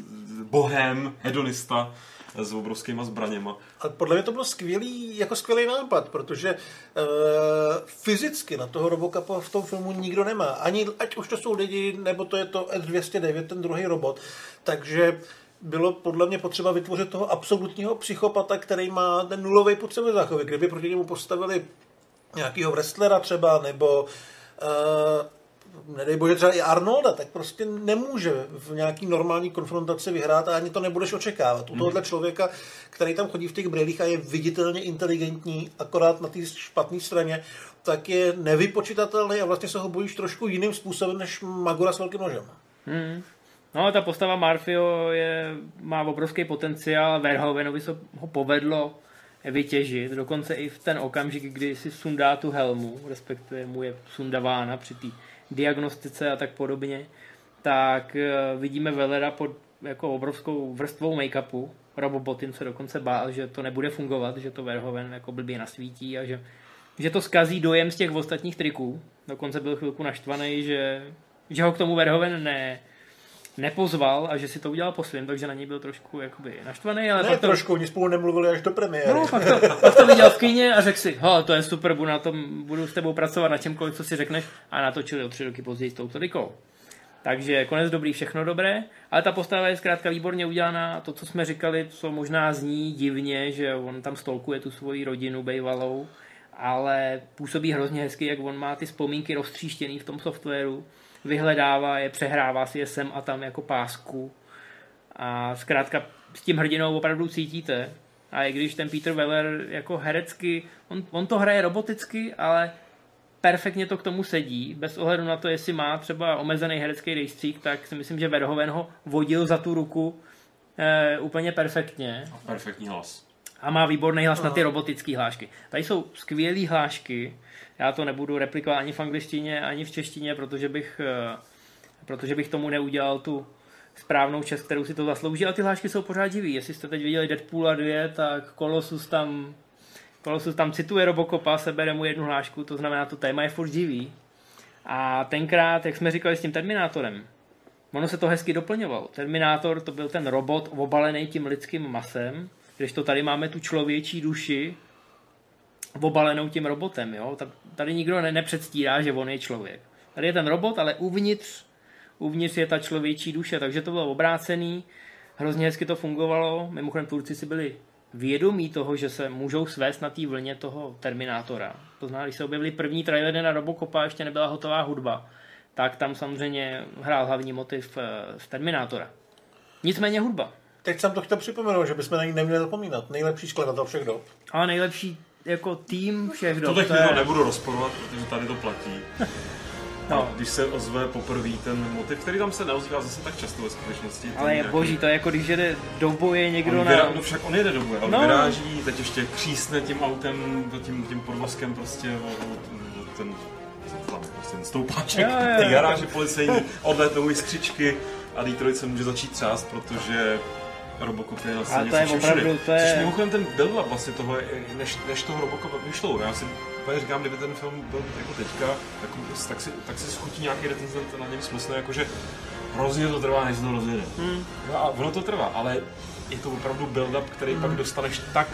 bohem, hedonista s obrovskýma zbraněma. Ale podle mě to byl skvělý, jako skvělý nápad, protože e, fyzicky na toho Robocopa v tom filmu nikdo nemá. Ani, ať už to jsou lidi, nebo to je to S dvě stě devět, ten druhý robot. Takže bylo podle mě potřeba vytvořit toho absolutního psychopata, který má ten nulový pud sebezáchovy. Kdyby proti němu postavili nějakýho wrestlera třeba, nebo e, nedej bože třeba i Arnolda, tak prostě nemůže v nějaký normální konfrontaci vyhrát a ani to nebudeš očekávat. U tohohle člověka, který tam chodí v těch brýlích a je viditelně inteligentní, akorát na té špatné straně, tak je nevypočitatelný a vlastně se ho bojíš trošku jiným způsobem než Magora s velkým nožem. Hmm. No, ta postava Murphyho je, má obrovský potenciál, Verhoevenovi se ho povedlo vytěžit, dokonce i v ten okamžik, kdy si sundá tu helmu, respektive mu je sundavána při té diagnostice a tak podobně, tak vidíme Wellera pod jako obrovskou vrstvou make-upu. Robo Bottin se dokonce bál, že to nebude fungovat, že to Verhoeven jako blbě nasvítí a že, že to zkazí dojem z těch ostatních triků. Dokonce byl chvilku naštvaný, že, že ho k tomu Verhoeven ne, nepozval a že si to udělal po svým, takže na něj byl trošku jakoby naštvaný. Ale ne, pak to... trošku, oni spolu nemluvili až do premiéry. No, pak to, pak to viděl v kyně a řekl si, to je super, budu, na tom, budu s tebou pracovat na čemkoliv, co si řekneš, a natočili o tři roky později s touto Rikou. Takže konec dobrý, všechno dobré, ale ta postava je zkrátka výborně udělaná. To, co jsme říkali, co možná zní divně, že on tam stolkuje tu svoji rodinu bejvalou, ale působí hrozně hezky, jak on má ty vzpomínky roztříštěný v tom softwaru, vyhledává je, přehrává si je sem a tam jako pásku a zkrátka s tím hrdinou opravdu cítíte. A i když ten Peter Weller jako herecky, on, on to hraje roboticky, ale perfektně to k tomu sedí, bez ohledu na to, jestli má třeba omezený herecký rejstřík, tak si myslím, že Verhoeven ho vodil za tu ruku e, úplně perfektně. A perfektní hlas. A má výborný hlas na ty robotické hlášky. Tady jsou skvělé hlášky. Já to nebudu replikovat ani v angličtině, ani v češtině, protože bych, protože bych tomu neudělal tu správnou čest, kterou si to zaslouží. Ale ty hlášky jsou pořád živý. Jestli jste teď viděli Deadpoola dva, tak Colossus tam, Colossus tam cituje Robocopa, sebere mu jednu hlášku, to znamená, to téma je furt živý. A tenkrát, jak jsme říkali s tím Terminátorem, ono se to hezky doplňovalo. Terminátor to byl ten robot obalený tím lidským masem, když to tady máme tu člověčí duši obalenou tím robotem. Jo? Tady nikdo ne- nepředstírá, že on je člověk. Tady je ten robot, ale uvnitř, uvnitř je ta člověčí duše, takže to bylo obrácený. Hrozně hezky to fungovalo. Mimochodem Turci si byli vědomí toho, že se můžou svést na té vlně toho Terminátora. To znamená, když se objevili první trailery na Robocopa, ještě nebyla hotová hudba, tak tam samozřejmě hrál hlavní motiv z Terminátora. Nicméně hudba. Teď jsem to chtěl připomenout, že byjsme na ní neměli zapomínat. Nejlepší skladatel všech dob. A nejlepší jako tým všech dob. Tohle chvíli nebudu rozporovat, protože tady to platí. No. A když se ozve poprvé ten motiv, který tam se neozývá zase tak často ve skutečnosti. Ale je nějaký... boží, to je jako když jede do boje někdo on na... Vyrá... No však on jede do boje, on no. vyráží, teď ještě křísne tím autem, tím, tím podvozkem prostě o, o, o ten, tam, prostě ten stoupáček, jo, jo, jo. Ty garáže policejní, odletnou jiskřičky a Detroit se může začít třást, protože Robocop je na scéně. Ale to je opravdu, to je... Což mimochodem ten build-up vlastně toho, než, než toho Robocopa vyšlo. Já si úplně říkám, kdyby ten film byl jako teďka, tak, tak si, tak si schutí nějaký recenzent na něm smysl, jakože hrozně to trvá, než se to rozjede. Hmm. No a ono to trvá, ale je to opravdu build-up, který hmm. pak dostaneš tak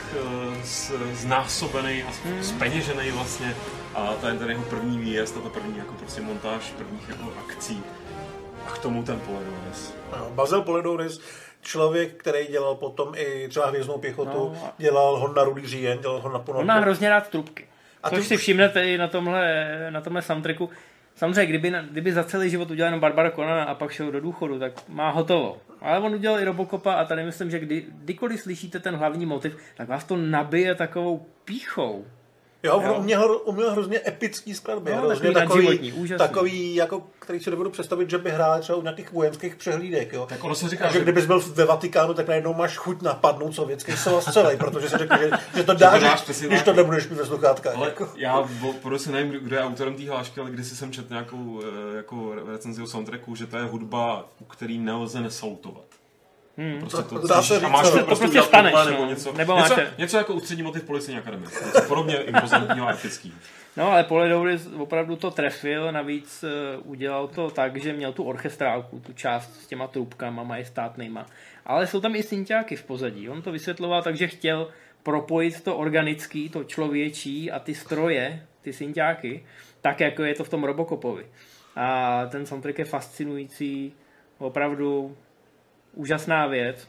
uh, znásobený a hmm. zpeněžený vlastně. A to je ten jeho první výjezd a ta první jako prostě montáž prvních jako akcí. A k tomu ten Poledouris. No, Basil Poledouris, člověk, který dělal potom i třeba Hvězdnou pěchotu, no, dělal ho na Rudý říjen, dělal ho na Ponor. On má hrozně rád trubky. A což ty... si všimnete i na tomhle, na tomhle soundtracku. Samozřejmě, kdyby, kdyby za celý život udělal jenom Barbara Conana a pak šel do důchodu, tak má hotovo. Ale on udělal i Robocopa a tady myslím, že kdy, kdykoliv slyšíte ten hlavní motiv, tak vás to nabije takovou pýchou. Jo, on uměl, uměl hrozně epický skladby, no, hrozně takový, takový, takový, jako, který si nebudu představit, že by hrál třeba u nějakých vojenských přehlídek. Jo. Tak ono se říká, že, že kdybys byl ve Vatikánu, tak najednou máš chuť napadnout sovětský svaz celý, protože si řekne, že, že to dáš, když, když to nebudeš mít ve sluchátkách. Ale jako. já prostě nevím, kdo je autorem té hlášky, ale když jsem četl nějakou jako recenzi o soundtracku, že to je hudba, u který nelze nesalutovat. Hmm. Prostě to, to, a máš to, to prostě prostě staneš, no. nebo něco, nebo něco, máte... něco jako ústřední motiv Policejní akademie. Něco podobně impozantního a epického. No, ale Poledouris opravdu to trefil, navíc uh, udělal to tak, že měl tu orchestrálku, tu část s těma trubkama majestátnejma. Ale jsou tam i synťáky v pozadí. On to vysvětloval tak, že chtěl propojit to organický, to člověčí a ty stroje, ty synťáky, tak, jako je to v tom Robocopovi. A ten soundtrack je fascinující, opravdu úžasná věc.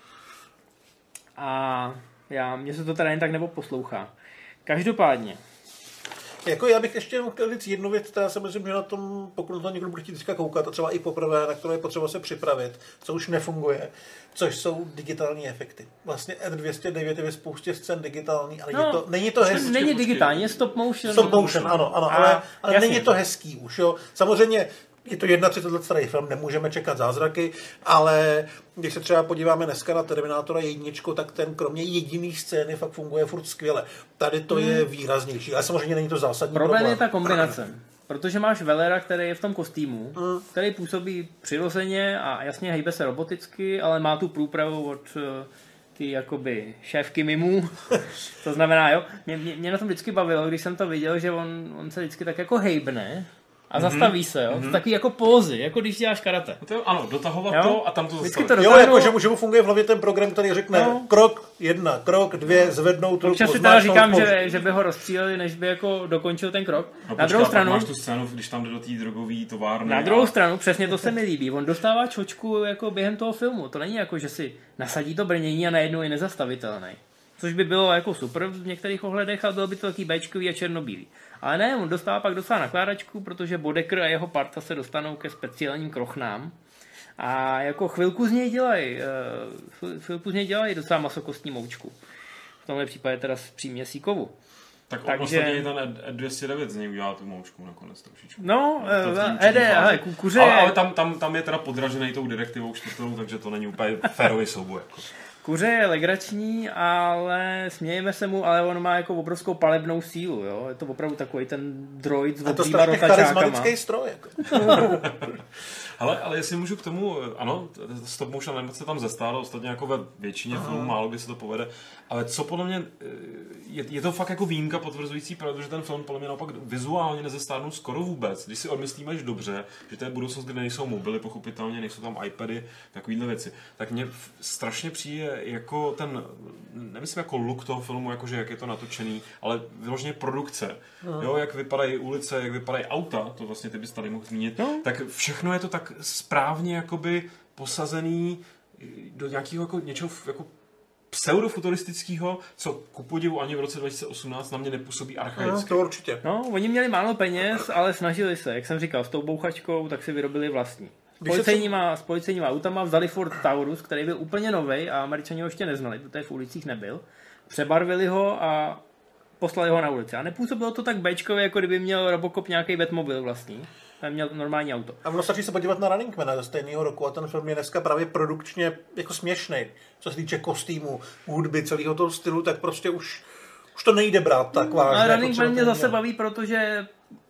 A já, mně se to teda jen tak nebo poslouchá. Každopádně. Jako já bych ještě chtěl říct jednu věc, která si myslím, že na tom, pokud na to někdo bude chtít teďka koukat, a třeba i poprvé, na kterou je potřeba se připravit, co už nefunguje, což jsou digitální efekty. Vlastně R dvě stě devět je ve spoustě scén digitální, ale no, je to, není to hezký. Není digitální, je stop motion. Stop motion, ano, ano, a, ale, ale jasně, není to hezký už, jo. Samozřejmě je to třicet let starý film, nemůžeme čekat zázraky, ale když se třeba podíváme dneska na Terminátora jedničku, tak ten kromě jediný scény fakt funguje furt skvěle. Tady to hmm. je výraznější, ale samozřejmě není to zásadní problém. Problém je ta kombinace, protože máš Velera, který je v tom kostýmu, hmm. který působí přirozeně a jasně hejbe se roboticky, ale má tu průpravu od ty jakoby šéfky mimů. To znamená, jo, mě, mě, mě na tom vždycky bavilo, když jsem to viděl, že on, on se vždycky tak jako hejbne a zastaví se, jo? Mm-hmm. Takový jako pózy, jako když děláš karate. No to, ano, dotahovat jo? to a tam to zastavit. To jo, jako že, že mu funguje v hlavě ten program, který řekne no. krok jedna, krok dvě, zvednout ruku. Občas si teda říkám, že, že by ho rozstříleli, než by jako dokončil ten krok. No, na druhou stranu, máš tu scénu, když tam jde do té drogové továrny. Na druhou a... stranu, přesně to se mi líbí. On dostává čočku jako během toho filmu. To není jako, že si nasadí to brnění a najednou je nezastavitelný. Což by bylo jako super v některých ohledech, ale bylo by to taky béčkový a černobílý. Ale ne, on dostává pak docela nakládačku, protože Bodecker a jeho parta se dostanou ke speciálním krochnám. A jako chvilku z něj dělají, chvilku z něj dělají docela masokostní moučku. V tomhle případě teda z příměsí kovu. Tak on Takže... vlastně ten E dvě stě devět z něj udělal tu moučku nakonec trošičku. No, E D, ale kukuře... Ale, ale tam, tam, tam je teda podražený tou direktivou čtvrtou, takže to není úplně férový souboj. Jako. Kuře je legrační, ale smějeme se mu, ale on má jako obrovskou palebnou sílu, jo. Je to opravdu takový ten droid s obříma rotačákama. A to strašně charismatický stroj, jako. Ale, ale jestli můžu k tomu, ano, stop motion animace tam zestálo, ostatně jako ve většině Aha. filmů málo kdy se to povede, ale co podle mě, je, je to fakt jako výjimka potvrzující, protože ten film podle mě naopak vizuálně nezestárnul skoro vůbec. Když si odmyslíme až dobře, že to je budoucnost, kde nejsou mobily, pochopitelně, nejsou tam iPady, takovýhle věci, tak mě strašně přijde jako ten, nemyslím jako look toho filmu, jakože jak je to natočený, ale vyloženě produkce. Aha. Jo, jak vypadají ulice, jak vypadají auta, to vlastně ty bys tady mohl zmínit, no. Tak všechno je to tak správně jakoby posazený do nějakého jako něčeho jako pseudofuturistického, co ku podivu ani v roce dva tisíce osmnáct na mě nepůsobí archaicky. No, to určitě. No, oni měli málo peněz, ale snažili se, jak jsem říkal, s tou bouchačkou, tak si vyrobili vlastní. S policejníma, s policejníma autama vzali Ford Taurus, který byl úplně novej a Američani ho ještě neznali, protože v ulicích nebyl. Přebarvili ho a poslali ho na ulici. A nepůsobilo to tak béčkově, jako kdyby měl Robocop nějaký Batmobil vlastní. Měl normální auto. A ono stačí se podívat na Running Mana ze stejného roku a ten film je dneska právě produkčně jako směšný. Co se týče kostýmu, hudby, celého toho stylu, tak prostě už, už to nejde brát tak vážně. A Running Man mě zase baví, protože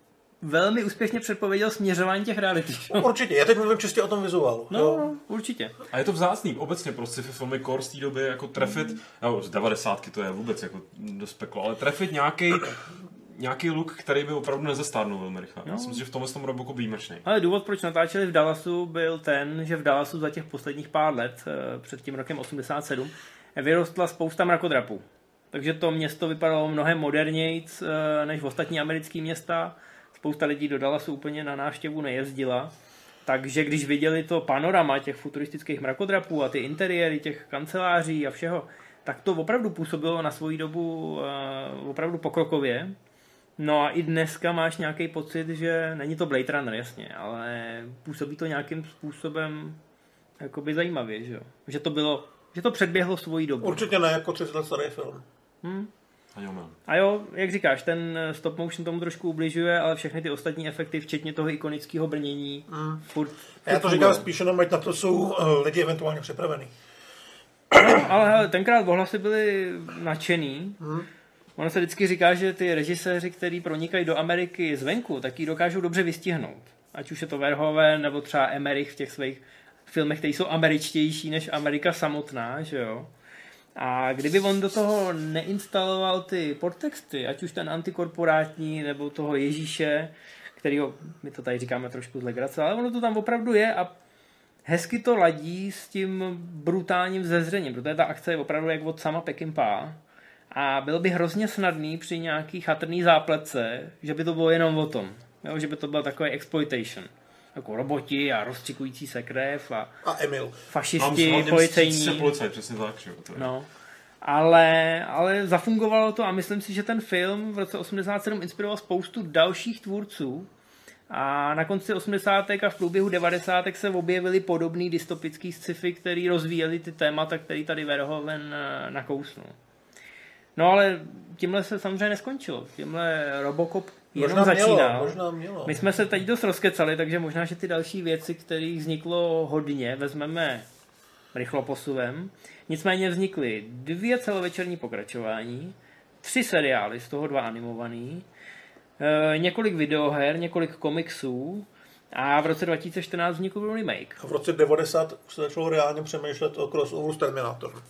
velmi úspěšně předpověděl směřování těch reality. No, určitě, já teď mluvím čistě o tom vizuálu. No, jo. Určitě. A je to vzácný, obecně pro sci-fi filmy core z té doby jako trefit, mm. no, z devadesátky to je vůbec jako dost peklo, ale trefit nějaký nějaký look, který by opravdu nezestárnul velmi rychle. No. Myslím si, že v tomhle tom Robocop výjimečný. Ale důvod, proč natáčeli v Dallasu, byl ten, že v Dallasu za těch posledních pár let, před tím rokem osmdesát sedm, vyrostla spousta mrakodrapů. Takže to město vypadalo mnohem modernějc než v ostatní americké města. Spousta lidí do Dallasu úplně na návštěvu nejezdila. Takže když viděli to panorama těch futuristických mrakodrapů a ty interiéry těch kanceláří a všeho, tak to opravdu působilo na svoji dobu opravdu pokrokově. No a i dneska máš nějaký pocit, že není to Blade Runner, jasně, ale působí to nějakým způsobem jakoby zajímavě, že jo? Že to bylo, že to předběhlo svoji dobu. Určitě ne, jako třicet let starý film. Hmm. A jo, a jo, jak říkáš, ten stop motion tomu trošku ubližuje, ale všechny ty ostatní efekty, včetně toho ikonického brnění, hmm. furt, furt já to říkám spíš jenom, ať na to jsou lidi eventuálně připravený. No, ale hele, tenkrát ohlasy byli nadšený. Hmm. Ono se vždycky říká, že ty režiséři, kteří pronikají do Ameriky zvenku, tak ji dokážou dobře vystihnout. Ať už je to Verhoeven, nebo třeba Emmerich v těch svých filmech, které jsou američtější než Amerika samotná, že jo. A kdyby on do toho neinstaloval ty podtexty, ať už ten antikorporátní, nebo toho Ježíše, kterýho, my to tady říkáme trošku z legrace, ale ono to tam opravdu je a hezky to ladí s tím brutálním zezřením, protože ta akce je opravdu jak od sama Peckinpah. A bylo by hrozně snadný při nějaký chatrný zápletce, že by to bylo jenom o tom. Jo? Že by to byl takový exploitation. Jako roboti a rozstřikující se krev a, a Emil. Fašisti, policejní. Policaj, přesně tak, že? To je. No. Ale, ale zafungovalo to a myslím si, že ten film v roce osmdesát sedm inspiroval spoustu dalších tvůrců a na konci osmdesátek a v průběhu devadesátek se objevily podobný dystopický sci-fi, který rozvíjeli ty témata, který tady Verhoeven nakousnul. No ale tímhle se samozřejmě neskončilo. Tímhle Robocop jenom možná začínal. Mělo, možná mělo. My jsme se teď dost rozkecali, takže možná, že ty další věci, kterých vzniklo hodně, vezmeme rychloposuvem. Nicméně vznikly dvě celovečerní pokračování, tři seriály, z toho dva animovaný, e, několik videoher, několik komiksů a v roce dva tisíce čtrnáct vznikl remake. A v roce devadesát se začalo reálně přemýšlet o crossoveru s Terminátorem.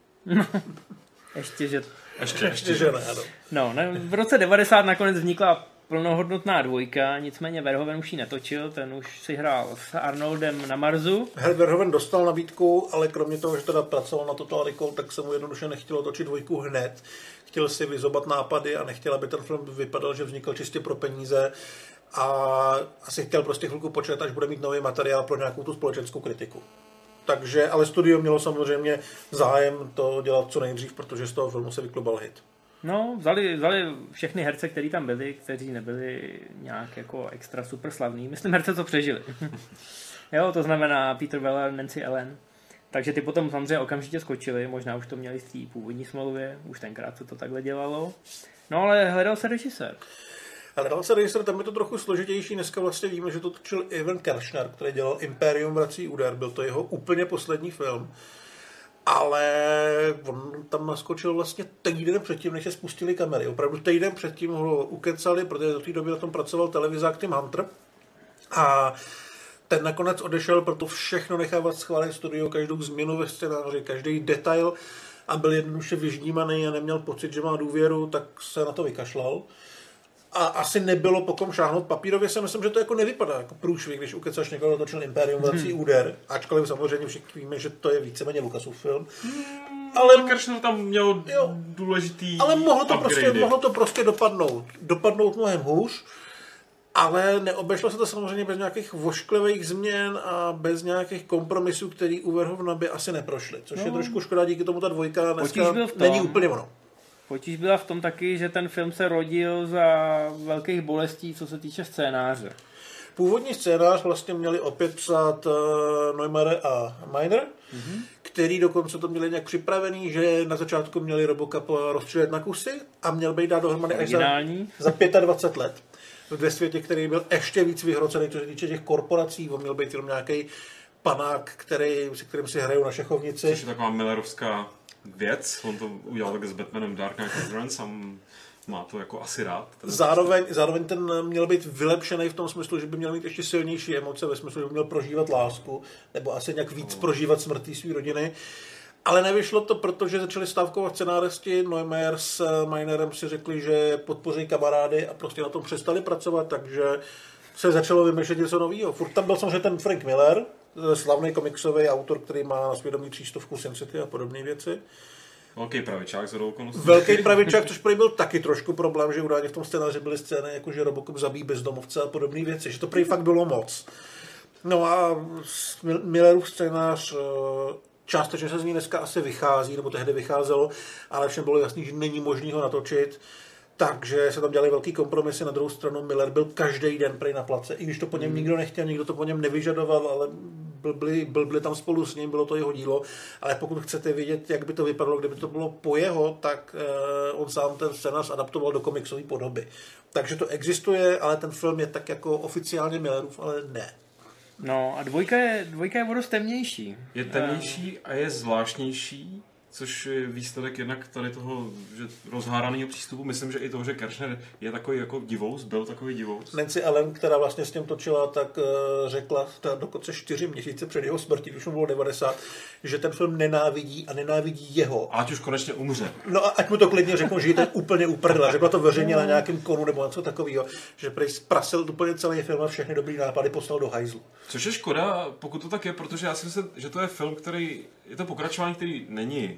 Ještě, že... Ještě, ještě, že ne, no. No, ne, v roce devadesát nakonec vznikla plnohodnotná dvojka, nicméně Verhoeven už ji netočil, ten už si hrál s Arnoldem na Marsu. Verhoeven dostal nabídku, ale kromě toho, že teda pracoval na Total Recall, tak se mu jednoduše nechtělo točit dvojku hned. Chtěl si vyzobat nápady a nechtěl, aby ten film vypadal, že vznikl čistě pro peníze a asi chtěl prostě chvilku počkat, až bude mít nový materiál pro nějakou tu společenskou kritiku. Takže, ale studio mělo samozřejmě zájem to dělat co nejdřív, protože z toho filmu se vyklubal hit. No, vzali, vzali všechny herce, kteří tam byli, kteří nebyli nějak jako extra super slavní. Myslím herce, co přežili. Jo, to znamená Peter Weller, Nancy Allen. Takže ty potom samozřejmě okamžitě skočili, možná už to měli v té původní smlouvě, už tenkrát se to takhle dělalo. No ale hledal se režisér. Ale hledal se režisér, tam je to trochu složitější. Dneska vlastně víme, že to točil Ivan Kershner, který dělal Imperium vrací úder. Byl to jeho úplně poslední film. Ale on tam naskočil vlastně týden předtím, než se spustili kamery. Opravdu týden předtím ho ukecali, protože do té doby na tom pracoval televizák Tim Hunter. A ten nakonec odešel, proto všechno nechávat schválit studio, každou změnu ve scénáři, každý detail a byl jednoduše vyždímaný a neměl pocit, že má důvěru, tak se na to vykašlal. A asi nebylo po kom šáhnout. Papírově si myslím, že to jako nevypadá jako průšvih, když ukecaš někoho, točil Imperium vrací hmm. úder, ačkoliv samozřejmě všichni víme, že to je víceméně Lucasův film. Hmm, ale Kershner tam měl jo, důležitý ale mohlo to, prostě, mohlo to prostě dopadnout. Dopadnout mnohem hůř. Ale neobešlo se to samozřejmě bez nějakých vošklivých změn a bez nějakých kompromisů, který u Verhovna by asi neprošly. Což no. je trošku škoda, díky tomu ta dvojka dneska není úplně ono. Potíž byla v tom taky, že ten film se rodil za velkých bolestí, co se týče scénáře. Původní scénář vlastně měli opět psát uh, Neumeier a Miner, mm-hmm. který dokonce to měli nějak připravený, že na začátku měli Robocop rozstřílet na kusy a měl být dát dohromady až za, za dvacet pět let. Ve světě, který byl ještě víc vyhrocený, co se týče těch korporací, on měl být jenom nějaký panák, který, se kterým si hrajou na šachovnici. Což je taková millerovská věc, on to udělal tak s Batmanem Dark Knight Returns a má to jako asi rád. Zároveň, zároveň ten měl být vylepšený v tom smyslu, že by měl mít ještě silnější emoce, ve smyslu, že by měl prožívat lásku, nebo asi nějak víc no. prožívat smrtí své rodiny. Ale nevyšlo to, protože začali stávkovat scenáristi. Neumeier s Minerem si řekli, že podpoří kamarády a prostě na tom přestali pracovat, takže se začalo vymýšlet něco nového. Furt tam byl samozřejmě ten Frank Miller, slavný komiksový autor, který má na svědomí třístovku Sin City a podobné věci. Velký pravičák z okolností. Velký pravičák, což prý byl taky trošku problém, že údajně v tom scénáři byly scény, jako že Robocop zabíjí bezdomovce a podobné věci, že to prý fakt bylo moc. No a Millerův scénář částečně se z ní dneska asi vychází, nebo tehdy vycházelo, ale všem bylo jasný, že není možný ho natočit, takže se tam dělali velký kompromisy. Na druhou stranu Miller byl každý den prej na place, i když to po něm nikdo nechtěl, nikdo to po něm nevyžadoval, ale blbli, blbli tam spolu s ním, bylo to jeho dílo, ale pokud chcete vědět, jak by to vypadalo, kdyby to bylo po jeho, tak uh, on sám ten scénář adaptoval do komiksové podoby. Takže to existuje, ale ten film je tak jako oficiálně Millerův, ale ne. No a dvojka je, dvojka je vodost temnější. Je temnější a je zvláštnější, což je výsledek jednak tady toho že rozháraného přístupu. Myslím, že i toho, že Kershner je takový jako divous, byl takový divous. Nancy Allen, která vlastně s tím točila, tak uh, řekla dokonce čtyři měsíce před jeho smrtí, když mu bylo devadesát, že ten film nenávidí a nenávidí jeho. A ať už konečně umře. No a ať mu to klidně řeknou, že je ten úplně uprdla. Řekla to veřejně na nějakém konu nebo něco takového, že prej zprasil úplně celý film a všechny dobrý nápady poslal do hajzlu. Což je škoda, pokud to tak je, protože já si myslím, že to je film, který, je to pokračování, který není,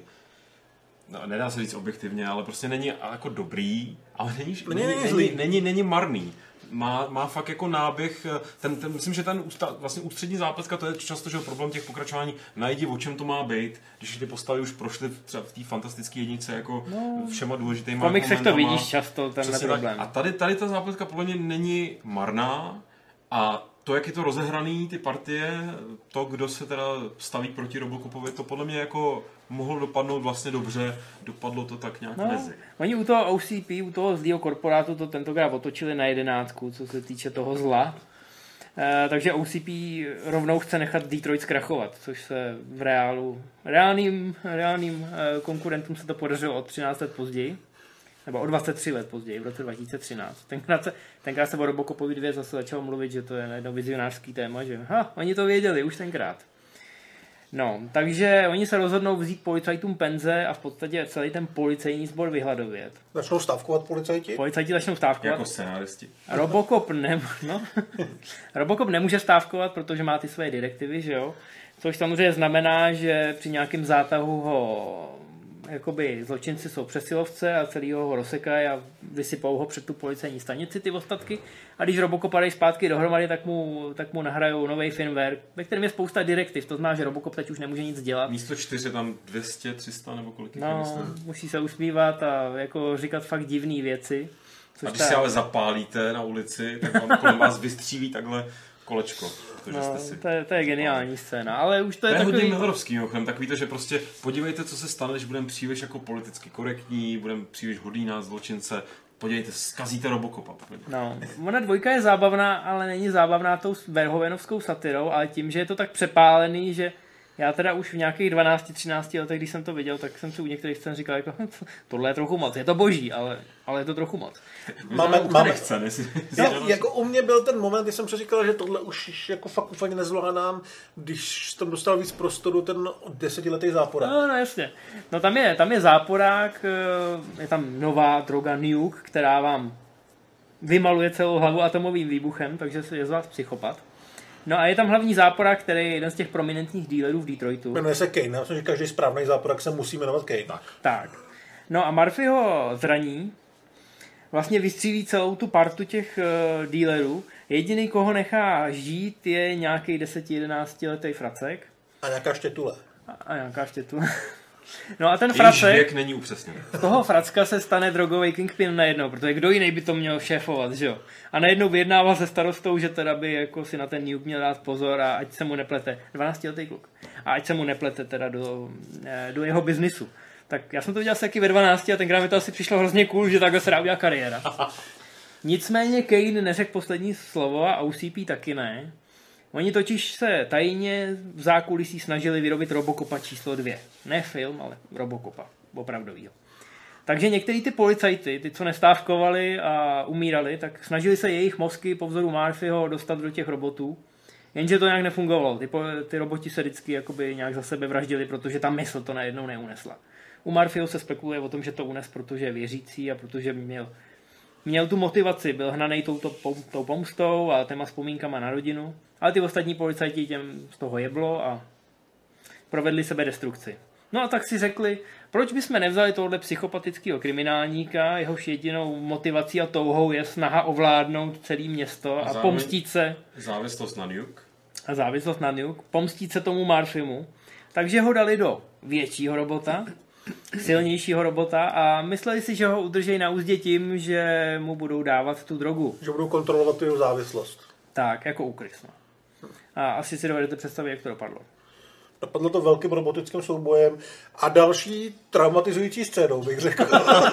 no, nedá se říct objektivně, ale prostě není jako dobrý, ale není, není, není, není, není, není marný. Má, má fakt jako náběh, ten, ten, myslím, že ten ústa, vlastně ústřední zápletka, to je často že problém těch pokračování, najdi, o čem to má být, když ty postavy už prošly třeba v té fantastické jednice jako no, všema důležitýma. V komiksech to vidíš často, tenhle problém. Tak. A tady, tady ta zápletka podle mě není marná a to, jak je to rozehraný, ty partie, to, kdo se teda staví proti Robocopovi, to podle mě jako mohlo dopadnout vlastně dobře, dopadlo to tak nějak no, mezi. Oni u toho O C P, u toho zlýho korporátu to tentokrát otočili na jedenáctku, co se týče toho zla. E, takže O C P rovnou chce nechat Detroit zkrachovat, což se v reálu, reálným, reálným konkurentům se to podařilo o třináct let později. Nebo o dvacet tři let později, v roce dva tisíce třináct. Tenkrát se, tenkrát se o Robocopovi dvě zase začalo mluvit, že to je jedno vizionářský téma, že ha, oni to věděli už tenkrát. No, takže oni se rozhodnou vzít policajtům penze a v podstatě celý ten policejní sbor vyhladovět. Začnou stávkovat policajti? Policajti začnou stávkovat. Jako scenáristi. Robocop, ne, no. Robocop nemůže stávkovat, protože má ty své direktivy, že jo? Což samozřejmě znamená, že při nějakém zátahu ho jakoby zločinci jsou přesilovce a celýho ho rozsekají a vysypou ho před tu policejní stanici ty ostatky a když Robocop padají zpátky dohromady, tak mu, tak mu nahrajou nový firmware, ve kterém je spousta direktiv, to znamená, že Robocop teď už nemůže nic dělat. Místo čtyři tam dvě stě, tři sta nebo kolik no, myslím. Musí se usmívat a jako říkat fakt divné věci. Což a když ta... si ale zapálíte na ulici, tak vám kolem vás vystřílí takhle kolečko. To, no, si... to, je, to je geniální scéna, ale už to, to je, je takový... hodně Millerovský, mimochodem, tak víte, že prostě podívejte, co se stane, když budeme příliš jako politicky korektní, budeme příliš hodný na zločince, podívejte, zkazíte Robocopa. No, ona dvojka je zábavná, ale není zábavná tou verhovenovskou satirou, ale tím, že je to tak přepálený, že já teda už v nějakých dvanácti třinácti letech, když jsem to viděl, tak jsem si u některých scén říkal, jako, tohle je trochu moc. Je to boží, ale, ale je to trochu moc. Máme, máme, nechce, no, jako u mě byl ten moment, kdy jsem si říkal, že tohle už jako fakt úplně nezvládám, když tam dostal víc prostoru ten desetiletý záporák. No, no jasně. No tam je, tam je záporák, je tam nová droga Nuke, která vám vymaluje celou hlavu atomovým výbuchem, takže je z vás psychopat. No a je tam hlavní záporák, který je jeden z těch prominentních dealerů v Detroitu. Jmenuje se Kane. Já myslím, že každý správný záporák se musí jmenovat Kane. Tak. tak. No a Murphy ho zraní, vlastně vystřílí celou tu partu těch uh, dealerů. Jediný, koho nechá žít, je nějaký deset jedenáct letý fracek. A nějaká štětule. A, a nějaká štětule. No a ten Jejíž fracek, věk není upřesněný. z toho fracka se stane drogový kingpin najednou, protože kdo jiný by to měl šéfovat, že jo? A najednou vyjednává se starostou, že teda by jako si na ten nuke měl dát pozor a ať se mu neplete, dvanáctiletý kluk, a ať se mu neplete teda do, do jeho biznisu. Tak já jsem to viděl asi taky ve dvanácti a tenkrát mi to asi přišlo hrozně cool, že takhle se dá udělat kariéra. Nicméně Kane neřekl poslední slovo a O C P taky ne. Oni totiž se tajně v zákulisí snažili vyrobit Robocopa číslo dvě. Ne film, ale Robocopa. Opravdovýho. Takže některý ty policajty, ty, co nestávkovali a umírali, tak snažili se jejich mozky po vzoru Murphyho dostat do těch robotů. Jenže to nějak nefungovalo. Ty, ty roboti se vždycky jakoby nějak za sebe vraždili, protože ta mysl to najednou neunesla. U Murphyho se spekuluje o tom, že to unes, protože je věřící a protože měl, měl tu motivaci, byl hnanej tou, tou, tou pomstou a těma vzpomínkama na rodinu. Ale ty ostatní policajti těm z toho jeblo a provedli sebedestrukci. No a tak si řekli, proč bychom nevzali tohle psychopatického kriminálníka, jehož jedinou motivací a touhou je snaha ovládnout celé město a, a pomstít se... Závislost na Nuke. A závislost na Nuke. Pomstít se tomu Murphymu. Takže ho dali do většího robota, silnějšího robota a mysleli si, že ho udržejí na úzdě tím, že mu budou dávat tu drogu. Že budou kontrolovat tu jeho závislost. Tak, jako u Chris. A asi si dovedete představit, jak to dopadlo. Dopadlo to velkým robotickým soubojem a další traumatizující scénou, bych řekl.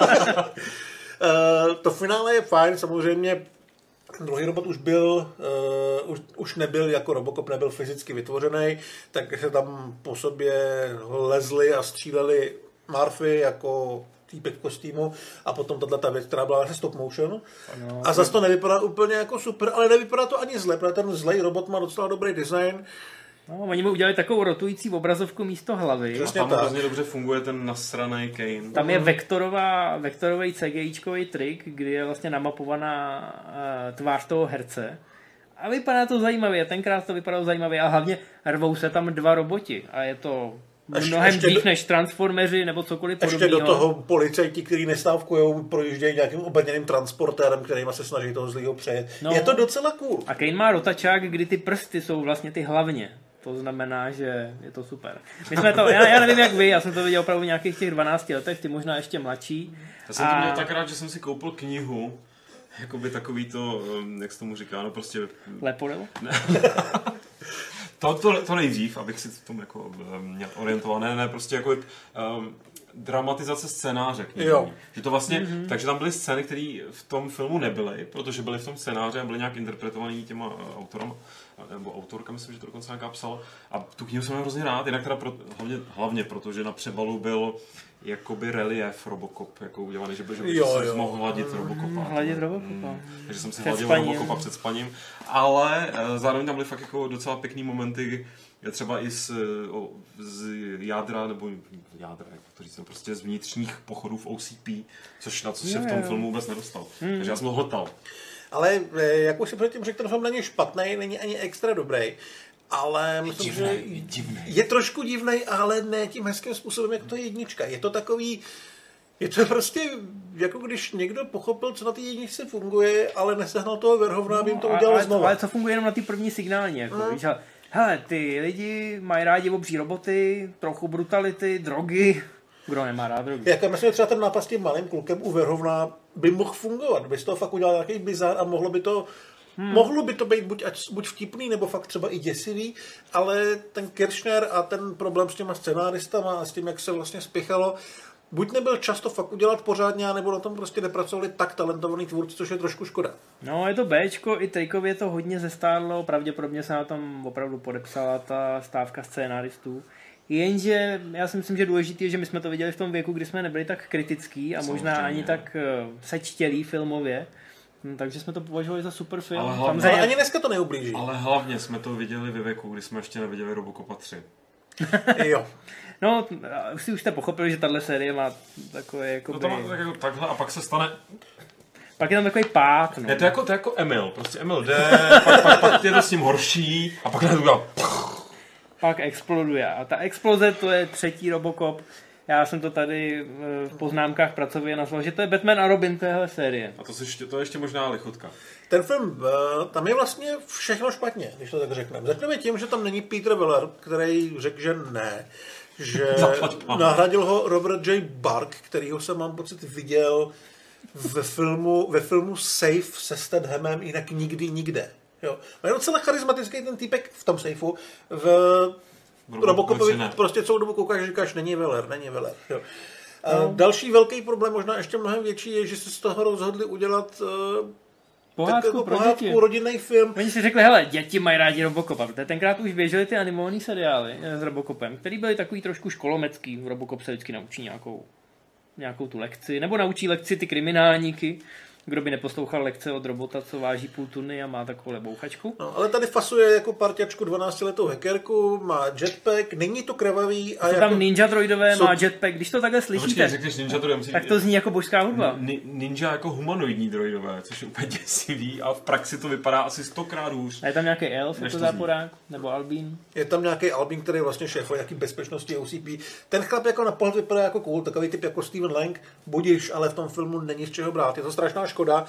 To finále je fajn, samozřejmě druhý robot už byl, uh, už, už nebyl jako Robocop, nebyl fyzicky vytvořený, tak se tam po sobě lezli a stříleli Murphy jako týpek v kostýmu a potom tato věc, která byla stop motion. No, a zase to nevypadá úplně jako super, ale nevypadá to ani zle, protože ten zlej robot má docela dobrý design. No, oni mu udělali takovou rotující obrazovku místo hlavy. Přesně a tam hrozně dobře funguje ten nasranej Kane. Tam je vektorová, vektorový CGIčkový trik, kdy je vlastně namapovaná uh, tvář toho herce. A vypadá to zajímavě, tenkrát to vypadalo zajímavě a hlavně rvou se tam dva roboti a je to mnohem dík do... než Transformeři nebo cokoliv podobného. Ještě do toho policajti, kteří nestávkujou, projíždějí nějakým obrněným transportérem, kterým se snaží toho zlýho přejet. No, je to docela cool. A Kane má rotačák, kdy ty prsty jsou vlastně ty hlavně. To znamená, že je to super. My jsme to, já, já nevím jak vy, já jsem to viděl opravdu v nějakých těch dvanácti letech, ty možná ještě mladší. Já jsem a... to měl tak rád, že jsem si koupil knihu, jakoby takový to, jak se tomu říká, no prostě... Leporelo? To, to, to nejdřív, abych si v tom jako měl orientované, ne, prostě jako um, dramatizace scénáře. Jo. Že to vlastně, mm-hmm. takže tam byly scény, které v tom filmu nebyly, protože byly v tom scénáři a byly nějak interpretovaný těma uh, autorama, nebo autorka, myslím, že to dokonce nějaká psala. A tu knihu jsem měl hrozně rád, jinak teda pro, hlavně, hlavně, protože na přebalu byl jakoby relief Robocop, jako udělaný, že, že jo, jsem jo. mohl hladit Robocopa. Hladit Robocopa. Mm, takže jsem si před hladil spaním. Robocopa před spaním, ale zároveň tam byly fakt jako docela pěkný momenty, třeba i z, z jádra, nebo jádra, jak to říct, prostě z vnitřních pochodů v O C P, což na co se v tom filmu vůbec nedostal. Mm. Takže já jsem ho hltal. Ale jak už si předtím řekl, ten film není špatný, není ani extra dobrý. Ale myslím, divnej, že je, divnej. je trošku divnej, ale ne tím hezkým způsobem, jak to je jednička. Je to takový, je to prostě jako když někdo pochopil, co na té jedničce funguje, ale nesehnal toho Verhovna, aby jim to udělal ale, znovu. Ale co funguje jenom na té první signální. Jako, no. Víš, hele, ty lidi mají rádi obří roboty, trochu brutality, drogy. Kdo nemá rád drogy? Jako myslím, že třeba ten nápad s tím malým klukem u Verhovna by mohl fungovat. By z toho fakt udělal nějaký bizar a mohlo by to Hmm. Mohlo by to být buď, buď vtipný, nebo fakt třeba i děsivý, ale ten Kirchner a ten problém s těma scenáristama a s tím, jak se vlastně spěchalo, buď nebyl často fakt udělat pořádně, nebo na tom prostě nepracovali tak talentovaný tvůrci, což je trošku škoda. No, je to Bčko, i trikově to hodně zestárlo, pravděpodobně se na tom opravdu podepsala ta stávka scénáristů. Jenže já si myslím, že důležité je, že my jsme to viděli v tom věku, kdy jsme nebyli tak kritický a možná Samozřejmě. ani tak sečtělí filmově. No, takže jsme to považovali za super film. Ale, hlavně, ale ani dneska to neublíží. Ale hlavně jsme to viděli ve věku, kdy jsme ještě neviděli Robocopa tři. Jo. No, si už jste pochopili, že tahle série má takové jako... No to má tak jako takhle a pak se stane... Pak je tam takový pák, no. Je to jako, to jako Emil. Prostě Emil jde, pak, pak, pak je to s ním horší a pak najednou udělá... Pak exploduje. A ta exploze, to je třetí Robocop. Já jsem to tady v poznámkách pracově nazval, že to je Batman a Robin téhle série. A to, ještě, to je ještě možná lichotka. Ten film, tam je vlastně všechno špatně, když to tak řekneme. Začneme tím, že tam není Peter Weller, který řekl, že ne. Že nahradil ho Robert J. Burke, kterýho jsem, mám pocit, viděl ve filmu, ve filmu Safe se Stathamem, jinak nikdy nikde. Jo. A je docela charismatický ten týpek v tom Safeu. V Robocopovi prostě celou dobu koukáš, říkáš, není Weller, není Weller. Jo. A no. Další velký problém, možná ještě mnohem větší, je, že se z toho rozhodli udělat uh, pohádku pro děti. Rodinný film. Oni si řekli, hele, děti mají rádi Robocopa, protože tenkrát už běžely ty animované seriály s Robocopem, který byly takový trošku školomecký. Robocop se vždycky naučí nějakou, nějakou tu lekci, nebo naučí lekci ty kriminálníky. Kdo by neposlouchal lekce od robota, co váží půl tuny a má takovou bouchačku. No, ale tady fasuje jako parťačku dvanáctiletou hackerku, má jetpack, není to krvavý. A jsou jako... tam ninja droidové, jsou... má jetpack. Když to takhle slyšíte, no, počkej, ninja droid, musí... tak to zní jako božská hudba. Ni- ninja jako humanoidní droidové, což je úplně děsivý a v praxi to vypadá asi stokrát hůř. A je tam nějaký elf jako záporák? Nebo albín? Je tam nějaký albín, který vlastně šéfuje nějaký bezpečnosti O C P. Ten chlap jako na pohled vypadá jako cool, takový typ jako Steven Lang, budiš, ale v tom filmu není z čeho brát. Je to strašná škoda.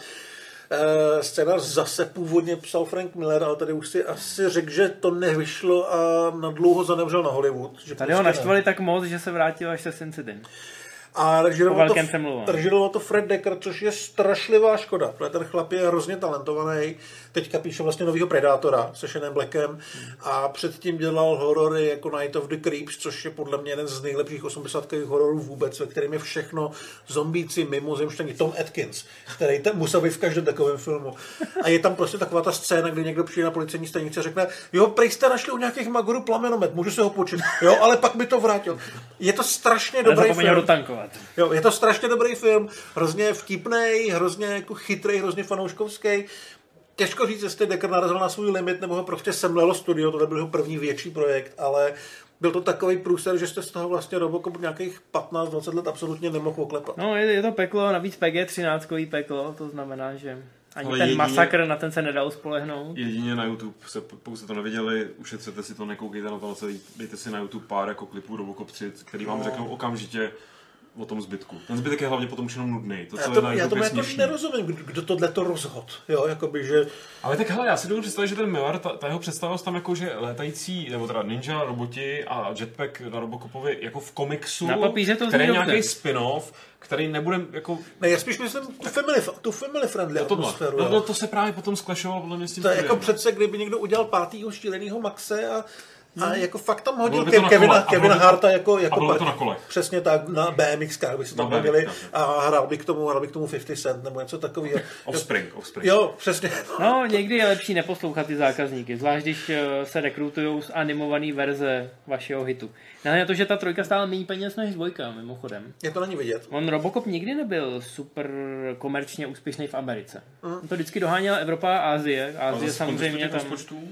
E, scénář zase původně psal Frank Miller, ale tady už si asi řekl, že to nevyšlo a nadlouho zanevřel na Hollywood. Že tady ho naštvali ne. tak moc, že se vrátil až se Incident. A režiroval to, režiroval to Fred Decker, což je strašlivá škoda, protože ten chlap je hrozně talentovaný. Teďka píše vlastně novýho Predátora se Shanem Blackem hmm. a předtím dělal horory jako Night of the Creeps, což je podle mě jeden z nejlepších osmdesátkových hororů vůbec, ve kterým je všechno zombíci, mimozemštění. Tom Atkins, který tam musel být v každém takovém filmu. A je tam prostě taková ta scéna, kdy někdo přijde na policejní stanici a řekne, jo, prej jste našli u nějakých magorů plamenomet, můžu se ho počít. Jo, ale pak by to vrátil. Je to strašně dobrý film. Jo, je to strašně dobrý film, hrozně vtipnej, hrozně jako chytrý, hrozně fanouškovský. Těžko říct, jestli Decker narazil na svůj limit, nebo ho prostě semlelo studio, to byl jeho první větší projekt, ale byl to takový průser, že jste z toho vlastně Robocop nějakých patnáct dvacet let absolutně nemohl oklepat. No, je, je to peklo, navíc P G třináct peklo, to znamená, že ani ale ten jedině, masakr, na ten se nedal spolehnout. Jedině na YouTube, se, pokud jste to neviděli, ušetřete si to, nekoukejte na to celý, dejte si na YouTube pár jako klipů Robocop tři, který vám no. řeknou okamžitě o tom zbytku. Ten zbytek je hlavně potom už jenom nudný. To, já, to, já tomu jako nerozumím, kdo tohle to rozhod. Jo, jakoby, že... Ale tak hele, já si dovedu představit, že ten Miller, ta, ta jeho představost tam jako, že létající, nebo teda ninja, roboti a jetpack na Robocopovi jako v komiksu, na papíře to který je nějaký spin-off, který nebude jako... Ne, já spíš myslím tu family, tu family friendly no atmosféru. No, no, to se právě potom sklašovalo podle mě s tím to je studiem. jako přece, kdyby někdo udělal pátýho štílenýho Maxe a A hmm. jako fakt tam hodil Ke- Kevina, Kevina Harta jako, jako a to na kolech. Přesně tak, na B M X kách by se tam hodili a hrál by k tomu, hrál by k tomu padesát cent nebo něco takového. Offspring, Offspring. Jo, přesně. No, někdy je lepší neposlouchat ty zákazníky, zvlášť když se rekrutujou z animované verze vašeho hitu. Na to, že ta trojka stále méně peněz než dvojka, mimochodem. Je to není vidět. On Robocop nikdy nebyl super komerčně úspěšný v Americe. Mm. To vždycky doháněla Evropa a Asie. Asie samozřejmě tam... Rozpočtů?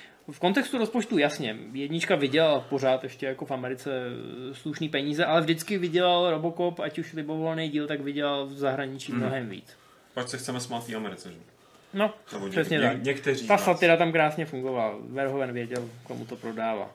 V kontextu rozpočtu jasně, jednička vydělala pořád ještě jako v Americe slušný peníze, ale vždycky vydělal Robocop, ať už libovolný díl, tak vydělal v zahraničí hmm. mnohem víc. Pak se chceme smát v Americe, že? No, Nebo přesně něk, tak. Někteří Ta satira tam krásně fungovala, Verhoeven věděl, komu to prodává.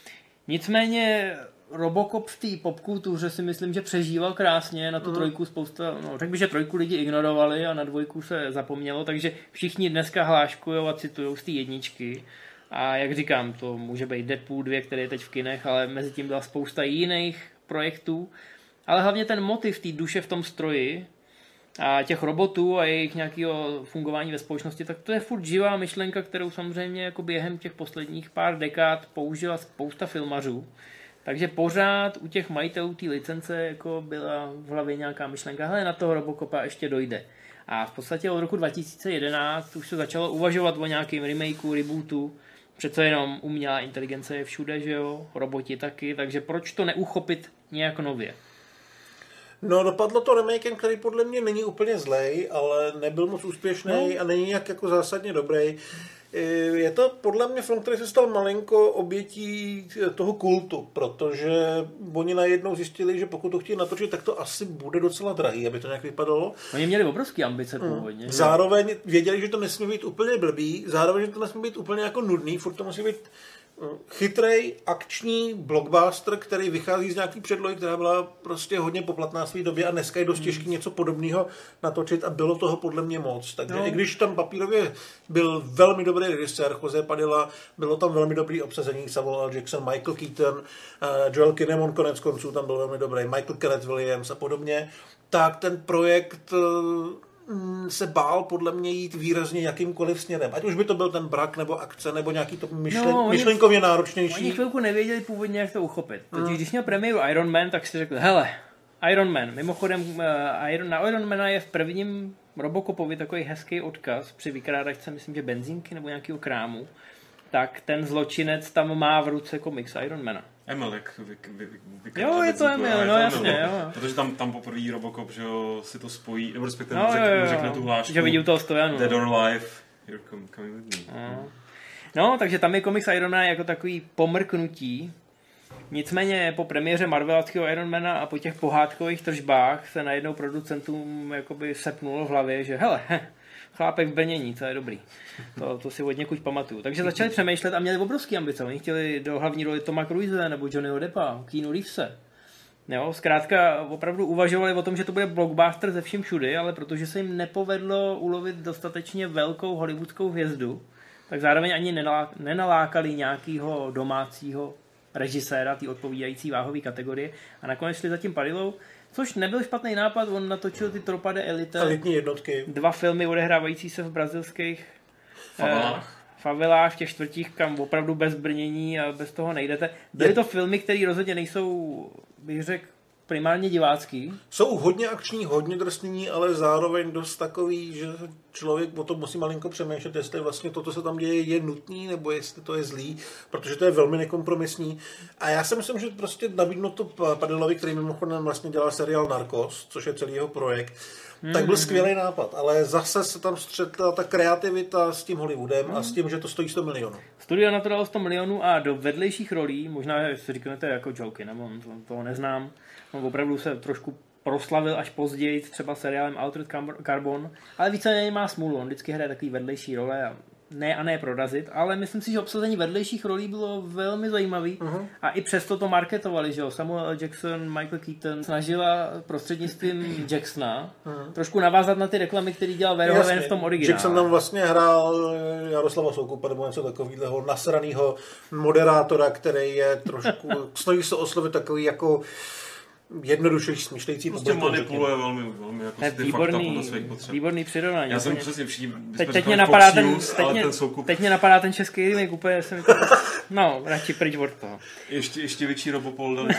Nicméně Robocop v té popkultuře si myslím, že přežíval krásně, na tu mm. trojku spousta, no řekl bych, že trojku lidi ignorovali a na dvojku se zapomnělo, takže všichni dneska hláškujou a citujou z té jedničky. A jak říkám, to může být Deadpool dva, který je teď v kinech, ale mezi tím byla spousta jiných projektů. Ale hlavně ten motiv té duše v tom stroji a těch robotů a jejich nějakého fungování ve společnosti, tak to je furt živá myšlenka, kterou samozřejmě jako během těch posledních pár dekád použila spousta filmařů. Takže pořád u těch majitelů té licence jako byla v hlavě nějaká myšlenka, hele, na toho Robocopa ještě dojde. A v podstatě od roku dva tisíce jedenáct už se začalo uvažovat o nějakém remakeu, rebootu. Přece jenom umělá inteligence je všude, že jo, roboti taky, takže proč to neuchopit nějak nově? No, dopadlo to remakem, který podle mě není úplně zlej, ale nebyl moc úspěšný no. a není nějak jako zásadně dobrý. Je to podle mě film, který se stal malinko obětí toho kultu, protože oni najednou zjistili, že pokud to chtějí natočit, tak to asi bude docela drahý, aby to nějak vypadalo. Oni měli obrovské ambice původně. Mm. Zároveň věděli, že to nesmí být úplně blbý, zároveň, že to nesmí být úplně jako nudný, furt to musí být chytrej, akční blockbuster, který vychází z nějaký předlohy, která byla prostě hodně poplatná v své době a dneska je dost těžký hmm. něco podobného natočit a bylo toho podle mě moc. Takže no. i když tam papírově byl velmi dobrý režisér Jose Padilla, bylo tam velmi dobrý obsazení, Samuel L. Jackson, Michael Keaton, Joel Kinnaman konec konců tam byl velmi dobrý, Michael Kenneth Williams a podobně, tak ten projekt se bál podle mě jít výrazně jakýmkoliv směrem. Ať už by to byl ten brak, nebo akce, nebo nějaký to myšlen, no, oni, myšlenkově náročnější. Oni chvilku nevěděli původně, jak to uchopit. Totiž, hmm. když měl premiéru Iron Man, tak si řekl, hele, Iron Man. Mimochodem, uh, Iron, na Iron Mana je v prvním Robocopovi takový hezký odkaz při vykrádačce, myslím, že benzínky nebo nějakého krámu. Tak ten zločinec tam má v ruce komiks Iron Mana. Emil, jak vy, vy, vy, vy Jo, je to Emil, no jasně, jo. Protože tam, tam poprvé Robocop, že jo, si to spojí, nebo respektive no, řekne, jo, jo, řekne tu hlášku. Že vidí u toho stojanu. Dead or Alive, you're coming with me. No. no, takže tam je komiks Iron Man jako takový pomrknutí. Nicméně po premiéře Marveláckého Ironmana a po těch pohádkových tržbách se najednou producentům jakoby sepnulo v hlavě, že hele, chlápek v brnění, to je dobrý. To, to si od někud pamatuju. Takže začali přemýšlet a měli obrovský ambice. Oni chtěli do hlavní roli Toma Cruise nebo Johnnyho Deppa, Keanu Reevese. Jo, zkrátka opravdu uvažovali o tom, že to bude blockbuster ze vším všudy, ale protože se jim nepovedlo ulovit dostatečně velkou hollywoodskou hvězdu, tak zároveň ani nenalákali nějakého domácího režiséra té odpovídající váhové kategorie a nakonec šli za tím Padillou, což nebyl špatný nápad, on natočil ty Tropa de Elite, elitní jednotky, dva filmy odehrávající se v brazilských favelách. Eh, favelách, v těch čtvrtích, kam opravdu bez brnění a bez toho nejdete. Byly to filmy, které rozhodně nejsou, bych řekl, primárně divácký. Jsou hodně akční, hodně drsný, ale zároveň dost takový, že člověk o tom musí malinko přemýšlet, jestli vlastně to, co se tam děje, je nutný, nebo jestli to je zlý, protože to je velmi nekompromisní. A já si myslím, že prostě nabídnout to Padillovi, který mimochodem vlastně dělal seriál Narcos, což je celý jeho projekt, hmm. tak byl skvělý nápad, ale zase se tam střetla ta kreativita s tím Hollywoodem hmm. a s tím, že to stojí sto milionů. Studio na to dalo sto milionů a do vedlejších rolí, možná si říkáte jako Joker, nebo toho neznám, on opravdu se trošku proslavil až později, třeba seriálem Altered Carbon, ale více má smůlu, on vždycky hraje takový vedlejší role a ne a ne prorazit, ale myslím si, že obsazení vedlejších rolí bylo velmi zajímavý uh-huh. a i přesto to marketovali, že jo, Samuel L. Jackson, Michael Keaton snažila prostřednictvím Jacksona uh-huh. trošku navázat na ty reklamy, který dělal Verhoeven v tom originálu. Jackson tam vlastně hrál Jaroslava Soukupa nebo něco takového nasranýho moderátora, který je trošku, snaží se oslovit takový jako jednoduše smýšlející prostě manipuluje velmi, velmi jako ty výborný, fakta podle svých potřeb. Výborný přirovnání. Já jsem přesně všichni, teď, teď, mě napadá ten, News, teď, mě, ten Soukup... teď mě napadá ten český remake, úplně jsem to... No, radši pryč od toho. Ještě, ještě větší Robopol dali.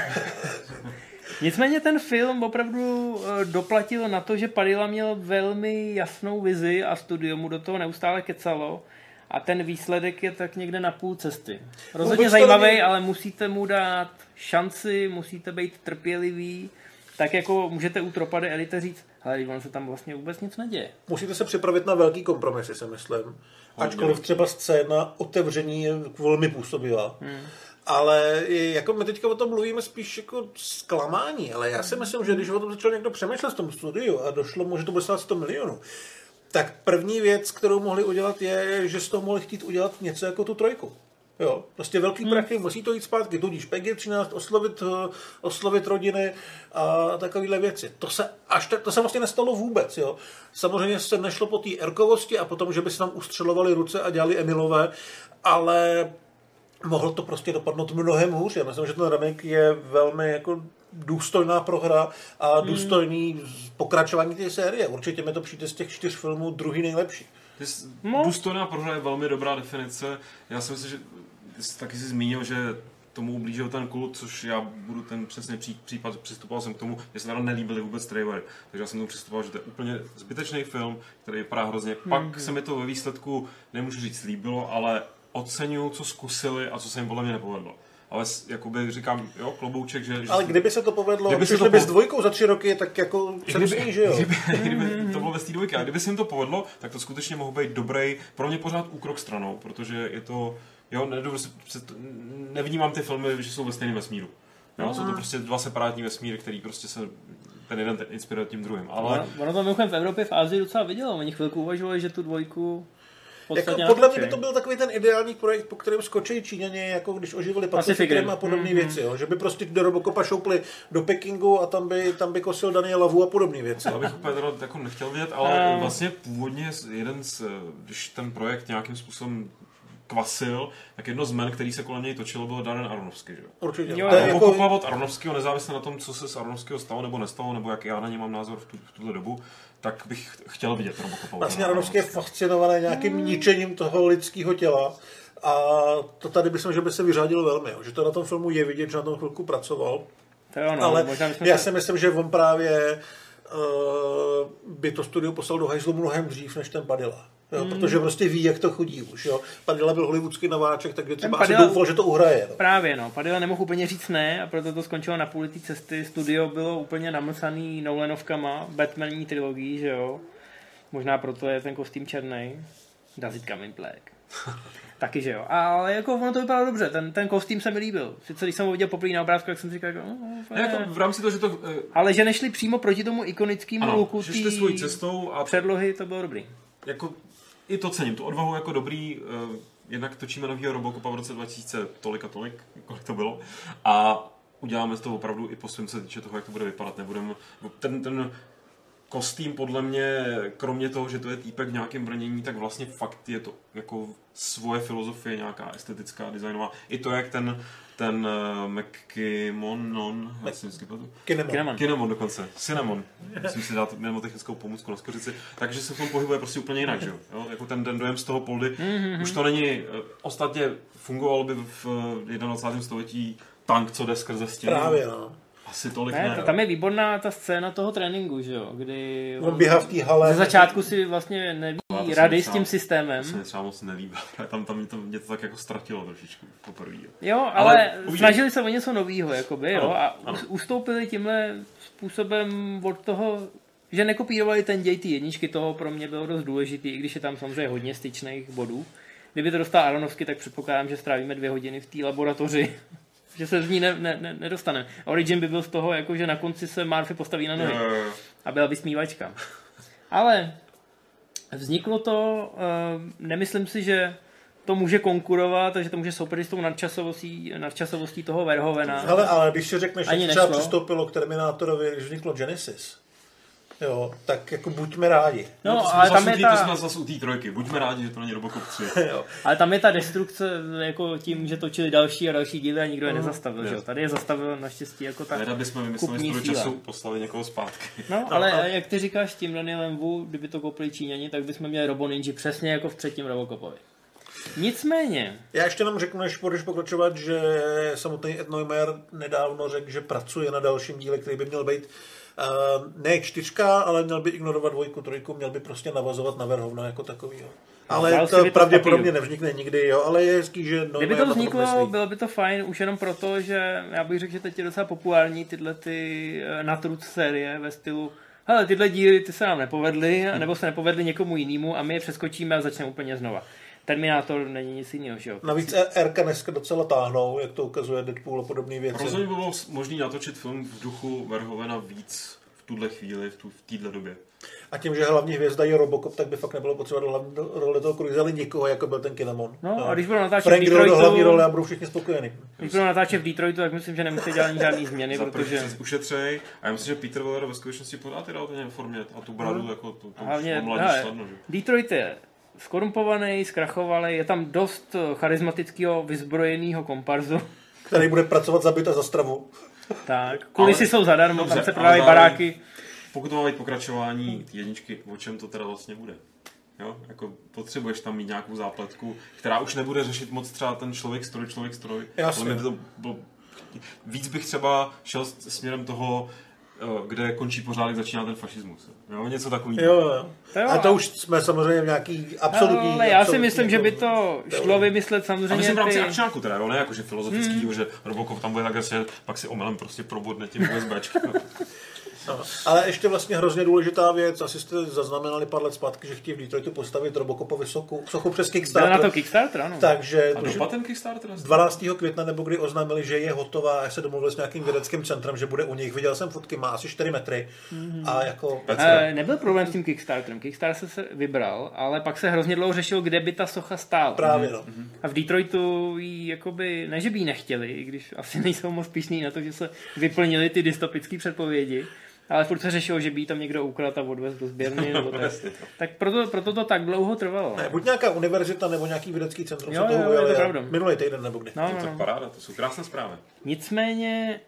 Nicméně ten film opravdu doplatil na to, že Padilla měl velmi jasnou vizi a studio mu do toho neustále kecalo. A ten výsledek je tak někde na půl cesty. Rozhodně no, zajímavý, mě... ale musíte mu dát šanci, musíte být trpělivý. Tak jako můžete u Tropa de Elite říct, ale ono se tam vlastně vůbec nic neděje. Musíte se připravit na velký kompromisy, si myslím. Ačkoliv třeba scéna otevření je velmi působivá. Hmm. Ale jako my teďka o tom mluvíme spíš jako zklamání, ale já si myslím, že když o tom začal někdo přemýšlet v tom studiu a došlo mu, že to bude stát sto milionů, tak první věc, kterou mohli udělat, je, že z toho mohli chtít udělat něco jako tu trojku. Jo, prostě velký hmm. prachy, musí to jít zpátky, tudíž P G třináct, oslovit, oslovit rodiny a takovéhle věci. To se, až tak, to se vlastně nestalo vůbec. Jo. Samozřejmě se nešlo po té erkovosti a potom, že by se tam ustřelovali ruce a dělali Emilové, ale mohlo to prostě dopadnout mnohem hůř. Já myslím, že ten remake je velmi jako důstojná prohra a důstojný hmm. pokračování té série. Určitě mi to přijde z těch čtyř filmů druhý nejlepší. No. Důstojná prohra je velmi dobrá definice. Já si myslím, že jsi taky si zmínil, že tomu ublížil ten kult, což já budu ten přesný pří, případ, přistupoval jsem k tomu, že se teda nelíbily vůbec trailery. Takže já jsem tomu přistupoval, že to je úplně zbytečný film, který vypadá hrozně. Hmm. Pak se mi to ve výsledku, nemůžu říct, líbilo, ale oceňuju, co zkusili a co se jim podle mě nepovedlo. Ale jakoby říkám, jo, klobouček, že... že ale kdyby se to povedlo, kdyby se to by s dvojkou za tři roky, tak jako kdyby, že jo? Kdyby, kdyby to bylo ve té dvojky, a kdyby se jim to povedlo, tak to skutečně mohl být dobrý, pro mě pořád úkrok stranou, protože je to... Jo, nevnímám ty filmy, že jsou ve stejném vesmíru. Jo, no. Jsou to prostě dva separátní vesmíry, který prostě se ten jeden ten inspiruje tím druhým. Ale... Ono to mimochodem v Evropě, v Asii docela vidělo. Oni chvilku uvažovali, že tu dvojku jako podle mě by to byl takový ten ideální projekt, po kterém skočí Číňané, jako když oživili Pacific Rim a podobné mm-hmm. věci. Jo? Že by prostě do Robocopa šoupli do Pekingu a tam by, tam by kosil Daniela Wu a podobné věci. To bych úplně teda jako nechtěl vidět, ale um. vlastně původně jeden z, když ten projekt nějakým způsobem kvasil, tak jedno z men, který se kolem něj točilo, byl Darren Aronofsky, že jo? Určitě. Jo, Robocopa jako... od Aronofskyho, nezávisle na tom, co se z Aronofskyho stalo nebo nestalo, nebo jak já na ně mám názor v, tu, v tuhle dobu, tak bych chtěl vidět Robocopa. Vlastně Aronofsky je fascinovaný nějakým mm. ničením toho lidského těla a to tady myslím, že by se vyřádilo velmi, jo? Že to na tom filmu je vidět, že na tom chvilku pracoval. To jo, no, ale já se... si myslím, že on právě uh, by to studio poslal do hajzlu mnohem dřív než ten Padilla. Jo, hmm. Protože prostě ví, jak to chodí už. Jo. Padilla byl hollywoodský nováček, takže třeba Padilla, asi doufal, že to uhraje. No. Právě, no. Padilla nemohl úplně říct ne a proto to skončilo na půli té cesty. Studio bylo úplně namlsaný Nolanovkama, Batmanní trilogií, že jo. Možná proto je ten kostým černý. Does it come in black? Taky, že jo. Ale jako ono to vypadalo dobře, ten, ten kostým se mi líbil. Sice když jsem ho viděl poprvé na obrázku, tak jsem si říkal, jako, no, jako v rámci toho, že to... Eh, ale že nešli přímo proti tomu ikonickému looku té svojí cestou a předlohy, to bylo dobrý. Jako i to cením, tu odvahu jako dobrý, uh, jednak točíme novýho Robocopa v roce dva tisíce tolik a tolik, kolik to bylo, a uděláme z toho opravdu i po svým se týče toho, jak to bude vypadat. Nebudeme, ten, ten kostým podle mě, kromě toho, že to je týpek v nějakém brnění, tak vlastně fakt je to jako svoje filozofie, nějaká estetická, designová. I to, jak ten ten uh, McKimonon, já si vždycky platu. Kinemon. Kinemon dokonce. Cinnamon. Musím si dát mnemotechnickou pomůcku na skořici. Takže se v tom pohybuje prostě úplně jinak, že jo? Jako ten, ten dojem z toho poldy. Mm-hmm. Už to není, ostatně fungovalo by v jednadvacátém století tank, co jde skrze stěnu. Právě, no. Asi tolik ne. ne. Tam je výborná ta scéna toho tréninku, že jo, kdy on běhá v té hale. Ze začátku si vlastně neví no, rady s tím systémem. To se mi třeba moc nelíbilo. Tam, tam mě, to, mě to tak jako ztratilo trošičku poprvé. Jo, ale, ale snažili se o něco novýho, jakoby, jo, a ano. ustoupili tímhle způsobem od toho, že nekopírovali ten děj ty jedničky, toho pro mě bylo dost důležitý, i když je tam samozřejmě hodně styčných bodů. Kdyby to dostal Aronofsky, tak předpokládám, že strávíme dvě hodiny v té laboratoři. Že se z ní ne, ne, ne, nedostaneme. Origin by byl z toho, jako, že na konci se Murphy postaví na nohy. A byla vysmívačka. Ale vzniklo to, uh, nemyslím si, že to může konkurovat, takže to může soupeřit s tou nadčasovostí, nadčasovostí toho Verhovena. Hele, ale když si řekneš, že třeba přistoupilo k Terminátorovi, když vzniklo Genesis, jo, tak jako buďme rádi. No, no ale tam je ta... To jsme zase u té trojky. Buďme rádi, že to není Robocop tři. Ale tam je ta destrukce jako tím, že točili další a další díly a nikdo je nezastavil. Že? Tady je zastavil naštěstí jako ta kupní bychom vymysleli z času poslali někoho zpátky. No, no ale no. Jak ty říkáš tím Danielem Wu, kdyby to koupili Číňani, tak bychom měli Robo Ninja přesně jako v třetím Robocopovi. Nicméně. Já ještě nám řeknu, než budeš pokračovat, že samotný Ed Neumayer nedávno řekl, že pracuje na dalším díle, který by měl být Uh, ne čtyřka, ale měl by ignorovat dvojku, trojku, měl by prostě navazovat na Verhovna jako takovýho. Ale no, to pravděpodobně nevznikne nikdy, jo, ale je hezký, že... No, kdyby to vzniklo, bylo by to fajn, už jenom proto, že já bych řekl, že teď je docela populární tyhle ty natruc série ve stylu hele, tyhle díly ty se nám nepovedly, nebo se nepovedly někomu jinému a my je přeskočíme a začneme úplně znova. Terminátor není nic jiného, že jo? Navíc R-ka dneska docela táhnou, jak to ukazuje Deadpool a podobné věci. Rozhodně by bylo možný natočit film v duchu Verhovena víc v tuhle chvíli, v, tu, v téhle době. A tím, že hlavní hvězda je Robocop, tak by fakt nebylo potřeba do hlavní role toho Cruise někoho, jako byl ten Kinemon. No, no. A když budou natáčet Frank v Detroitu... do hlavní role a budou všichni spokojení. Když budou natáčet v Detroitu, tak myslím, že nemusí dělat žádný změny, protože... ušetřej. A já myslím, že Peter Weller ve skutečnosti podá ty dál ten formě a tu bradu, hmm. jako to, to hlavně, mladí snadno, že? Detroit je skorumpovaný, zkrachovalý, je tam dost charismatického, vyzbrojeného komparzu. Který bude pracovat za byt a za stravu. Tak, kulisy jsou zadarmo, dobře, tam se prodávají zároveň, baráky. Pokud má být pokračování jedničky, o čem to teda vlastně bude? Jo? Jako potřebuješ tam mít nějakou zápletku, která už nebude řešit moc třeba ten člověk stroj, člověk stroj. Jasně. To bylo, víc bych třeba šel směrem toho, kde končí pořádek, začíná ten fašismus. Jo? Něco takového. Jo, jo. A to už jsme samozřejmě v nějaký absolutní... Ale já si absolutní, myslím, že by to šlo vymyslet samozřejmě... A myslím v rámci ty... akčáku teda, ne jakože filozofickýho, hmm. že Robocop tam bude tak, že pak si omylem prostě probudne tím USBčkem. No, ale ještě vlastně hrozně důležitá věc, asi jste zaznamenali pár let zpátky, že chtějí v Detroitu postavit Robocopovi sochu, sochu přes Kickstarter. Byl na to Kickstarter, ano. Takže a dopadl ten Kickstarter? dvanáctého května nebo kdy oznámili, že je hotová, já se domluvil s nějakým vědeckým centrem, že bude u nich. Viděl jsem fotky, má asi čtyři metry. Mm-hmm. A jako... E, nebyl problém s tím Kickstarterem. Kickstarter se vybral, ale pak se hrozně dlouho řešilo, kde by ta socha stála. Právě, no. Mm-hmm. A v Detroitu jí jakoby, ne že by ji nechtěli, i když asi nejsou moc pyšný na to, že se vyplnili ty dystopické předpovědi. Ale furt se řešilo, že by tam někdo ukradl a odvez do sběrny. Nebo tak tak proto, proto to tak dlouho trvalo. Ne, buď nějaká univerzita nebo nějaký vědecký centrum. Jo, jo, je to pravda. Minulý týden nebo kdy. No, no, no. To no. je paráda, to jsou krásné zprávy. Nicméně,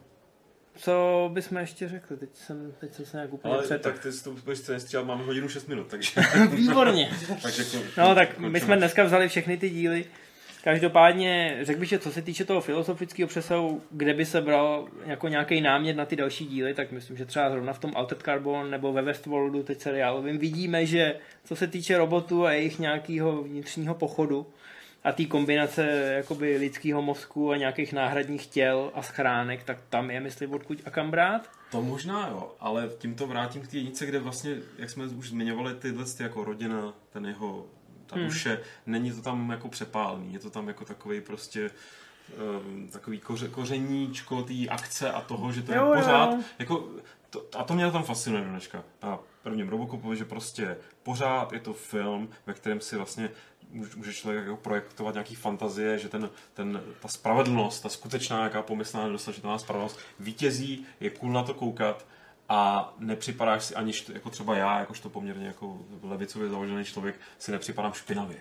co bychom ještě řekli? Teď jsem, teď jsem se nějak úplně ale před... tak ty jsi to budeš nestříhat, máme hodinu šest minut, takže... Výborně. takže kon, no tak končíme. My jsme dneska vzali všechny ty díly. Každopádně řekl bych, že co se týče toho filozofického přesahu, kde by se bral jako nějaký námět na ty další díly, tak myslím, že třeba zrovna v tom Altered Carbon nebo ve Westworldu, teď seriálovým, vidíme, že co se týče robotů a jejich nějakého vnitřního pochodu a té kombinace jakoby lidského mozku a nějakých náhradních těl a schránek, tak tam je, myslím, odkud a kam brát. To možná jo, ale tím to vrátím k té jednice, kde vlastně, jak jsme už zmiňovali, tyhle ty jako rodina, ten jeho ta duše, hmm. není to tam jako přepálený, je to tam jako takový prostě um, takový koře, kořeníčko té akce a toho, že to jo, je pořád, jo. jako, to, a to mě tam fascinuje do dneška. A prvním Robocopovi, že prostě pořád je to film, ve kterém si vlastně může člověk jako projektovat nějaký fantazie, že ten, ten, ta spravedlnost, ta skutečná nějaká pomyslná nedostatečná spravedlnost vítězí, je cool na to koukat a nepřipadáš si ani, jako třeba já, jakožto poměrně jako levicově založený člověk, si nepřipadám špinavě.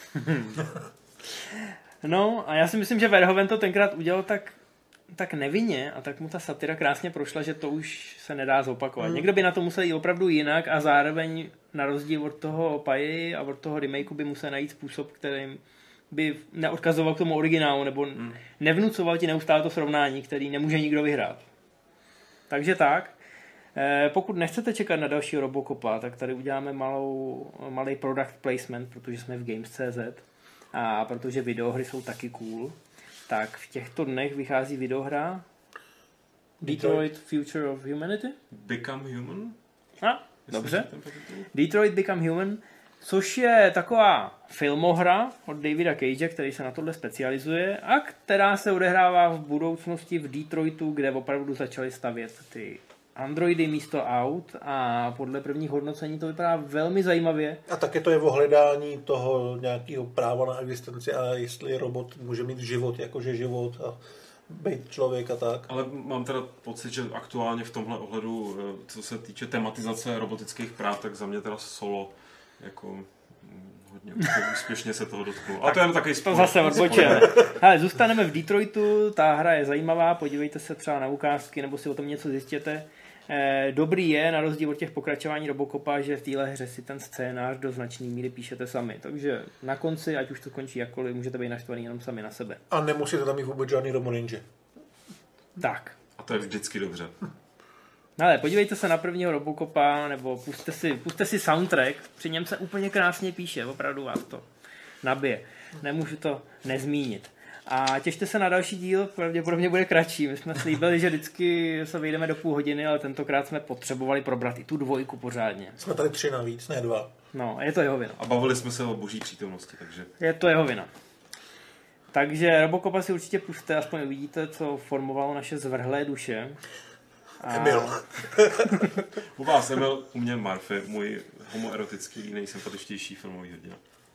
No a já si myslím, že Verhoeven to tenkrát udělal tak, tak nevinně a tak mu ta satira krásně prošla, že to už se nedá zopakovat. Mm. Někdo by na to musel jít opravdu jinak a zároveň na rozdíl od toho Paji a od toho remakeu by musel najít způsob, kterým by neodkazoval k tomu originálu nebo mm. nevnucoval ti neustále to srovnání, který nemůže nikdo vyhrát. Takže tak. Pokud nechcete čekat na dalšího Robocopa, tak tady uděláme malou, malý product placement, protože jsme v Games tečka cé zet a protože videohry jsou taky cool, tak v těchto dnech vychází videohra Detroit Future of Humanity? Become Human? A, dobře. Detroit Become Human, což je taková filmohra od Davida Cagea, který se na tohle specializuje a která se odehrává v budoucnosti v Detroitu, kde opravdu začali stavět ty androidy místo aut a podle prvních hodnocení to vypadá velmi zajímavě. A také to je o hledání toho nějakého práva na existenci a jestli robot může mít život, jakože život a být člověk a tak. Ale mám teda pocit, že aktuálně v tomhle ohledu, co se týče tematizace robotických práv, tak za mě teda Solo jako hodně úspěšně se toho dotknul. A to je takový sport. To zase odbočujeme. Ale zůstaneme v Detroitu, ta hra je zajímavá, podívejte se třeba na ukázky nebo si o tom něco zjistěte. Dobrý je, na rozdíl od těch pokračování Robocopa, že v téhle hře si ten scénář do značný míry píšete sami. Takže na konci, ať už to končí jakkoliv, můžete být naštvaný jenom sami na sebe. A nemusíte tam mít vůbec žádný Robo Ninja. Tak. A to je vždycky dobře. Ale podívejte se na prvního Robocopa, nebo puste si, puste si soundtrack, při něm se úplně krásně píše, opravdu vás to nabije. Nemůžu to nezmínit. A těšte se na další díl, pravděpodobně bude kratší. My jsme slíbili, že vždycky se vejdeme do půl hodiny, ale tentokrát jsme potřebovali probrat i tu dvojku pořádně. Jsme tady tři navíc, ne dva. No, je to jeho vina. A bavili jsme se o boží přítomnosti, takže... Je to jeho vina. Takže Robocopa si určitě puste, aspoň uvidíte, co formovalo naše zvrhlé duše. A... Emil. U vás Emil, u mě Murphy, můj homoerotický, nejsympatičtější filmový hrdina.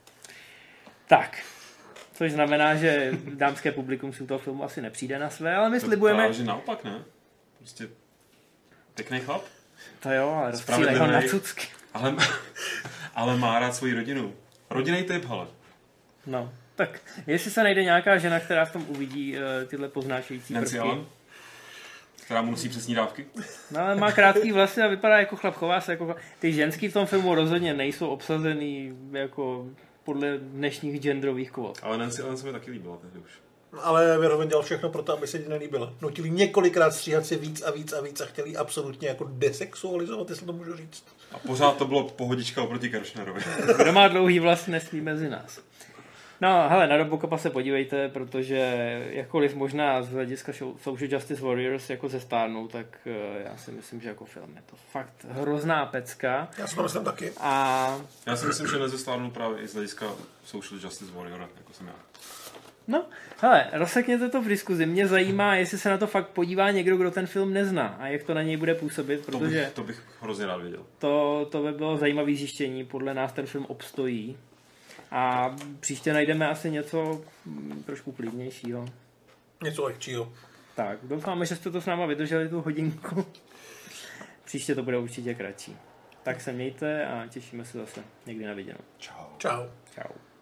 Tak. Což znamená, že dámské publikum si u toho filmu asi nepřijde na své, ale my to slibujeme... Právě, že naopak, ne? Prostě pěkný chlap. To jo, ale rozstřílej ho na cucky. Ale, ale má rád svoji rodinu. Rodinný typ, hele. No, tak jestli se najde nějaká žena, která v tom uvidí uh, tyhle poznášející Nancy prvky. Allen, která mu nosí přesní dávky. No, ale má krátký vlasy a vypadá jako chlap, chová se jako chlap. Ty ženský v tom filmu rozhodně nejsou obsazený jako podle dnešních genderových kvót. Ale Nancy Allen se mi taky líbila tehdy už. Ale Verhoeven dělal všechno pro to, aby se jí nelíbila. Nutili několikrát stříhat si víc a víc a víc a chtěli absolutně jako desexualizovat, jestli to můžu říct. A pořád to bylo pohodička oproti Kirchnerovi. Kdo má dlouhý vlas, nesmí mezi nás. No, hele, na Robocopa se podívejte, protože jakkoliv možná z hlediska Social Justice Warriors jako zestárnou, tak já si myslím, že jako film je to fakt hrozná pecka. Já si to myslím taky. A... Já si myslím, že nezestárnou právě i z hlediska Social Justice Warrior, jako jsem já. No, hele, rozsekněte to v diskuzi. Mě zajímá, jestli se na to fakt podívá někdo, kdo ten film nezná a jak to na něj bude působit, protože... To bych, to bych hrozně rád věděl. To, to by bylo zajímavé zjištění, podle nás ten film obstojí. A příště najdeme asi něco mm, trošku klidnějšího. Něco lehčího. Tak, doufáme, že jste to s náma vydrželi tu hodinku. Příště to bude určitě kratší. Tak se mějte a těšíme se zase někdy na viděnou. Čau. Čau. Čau.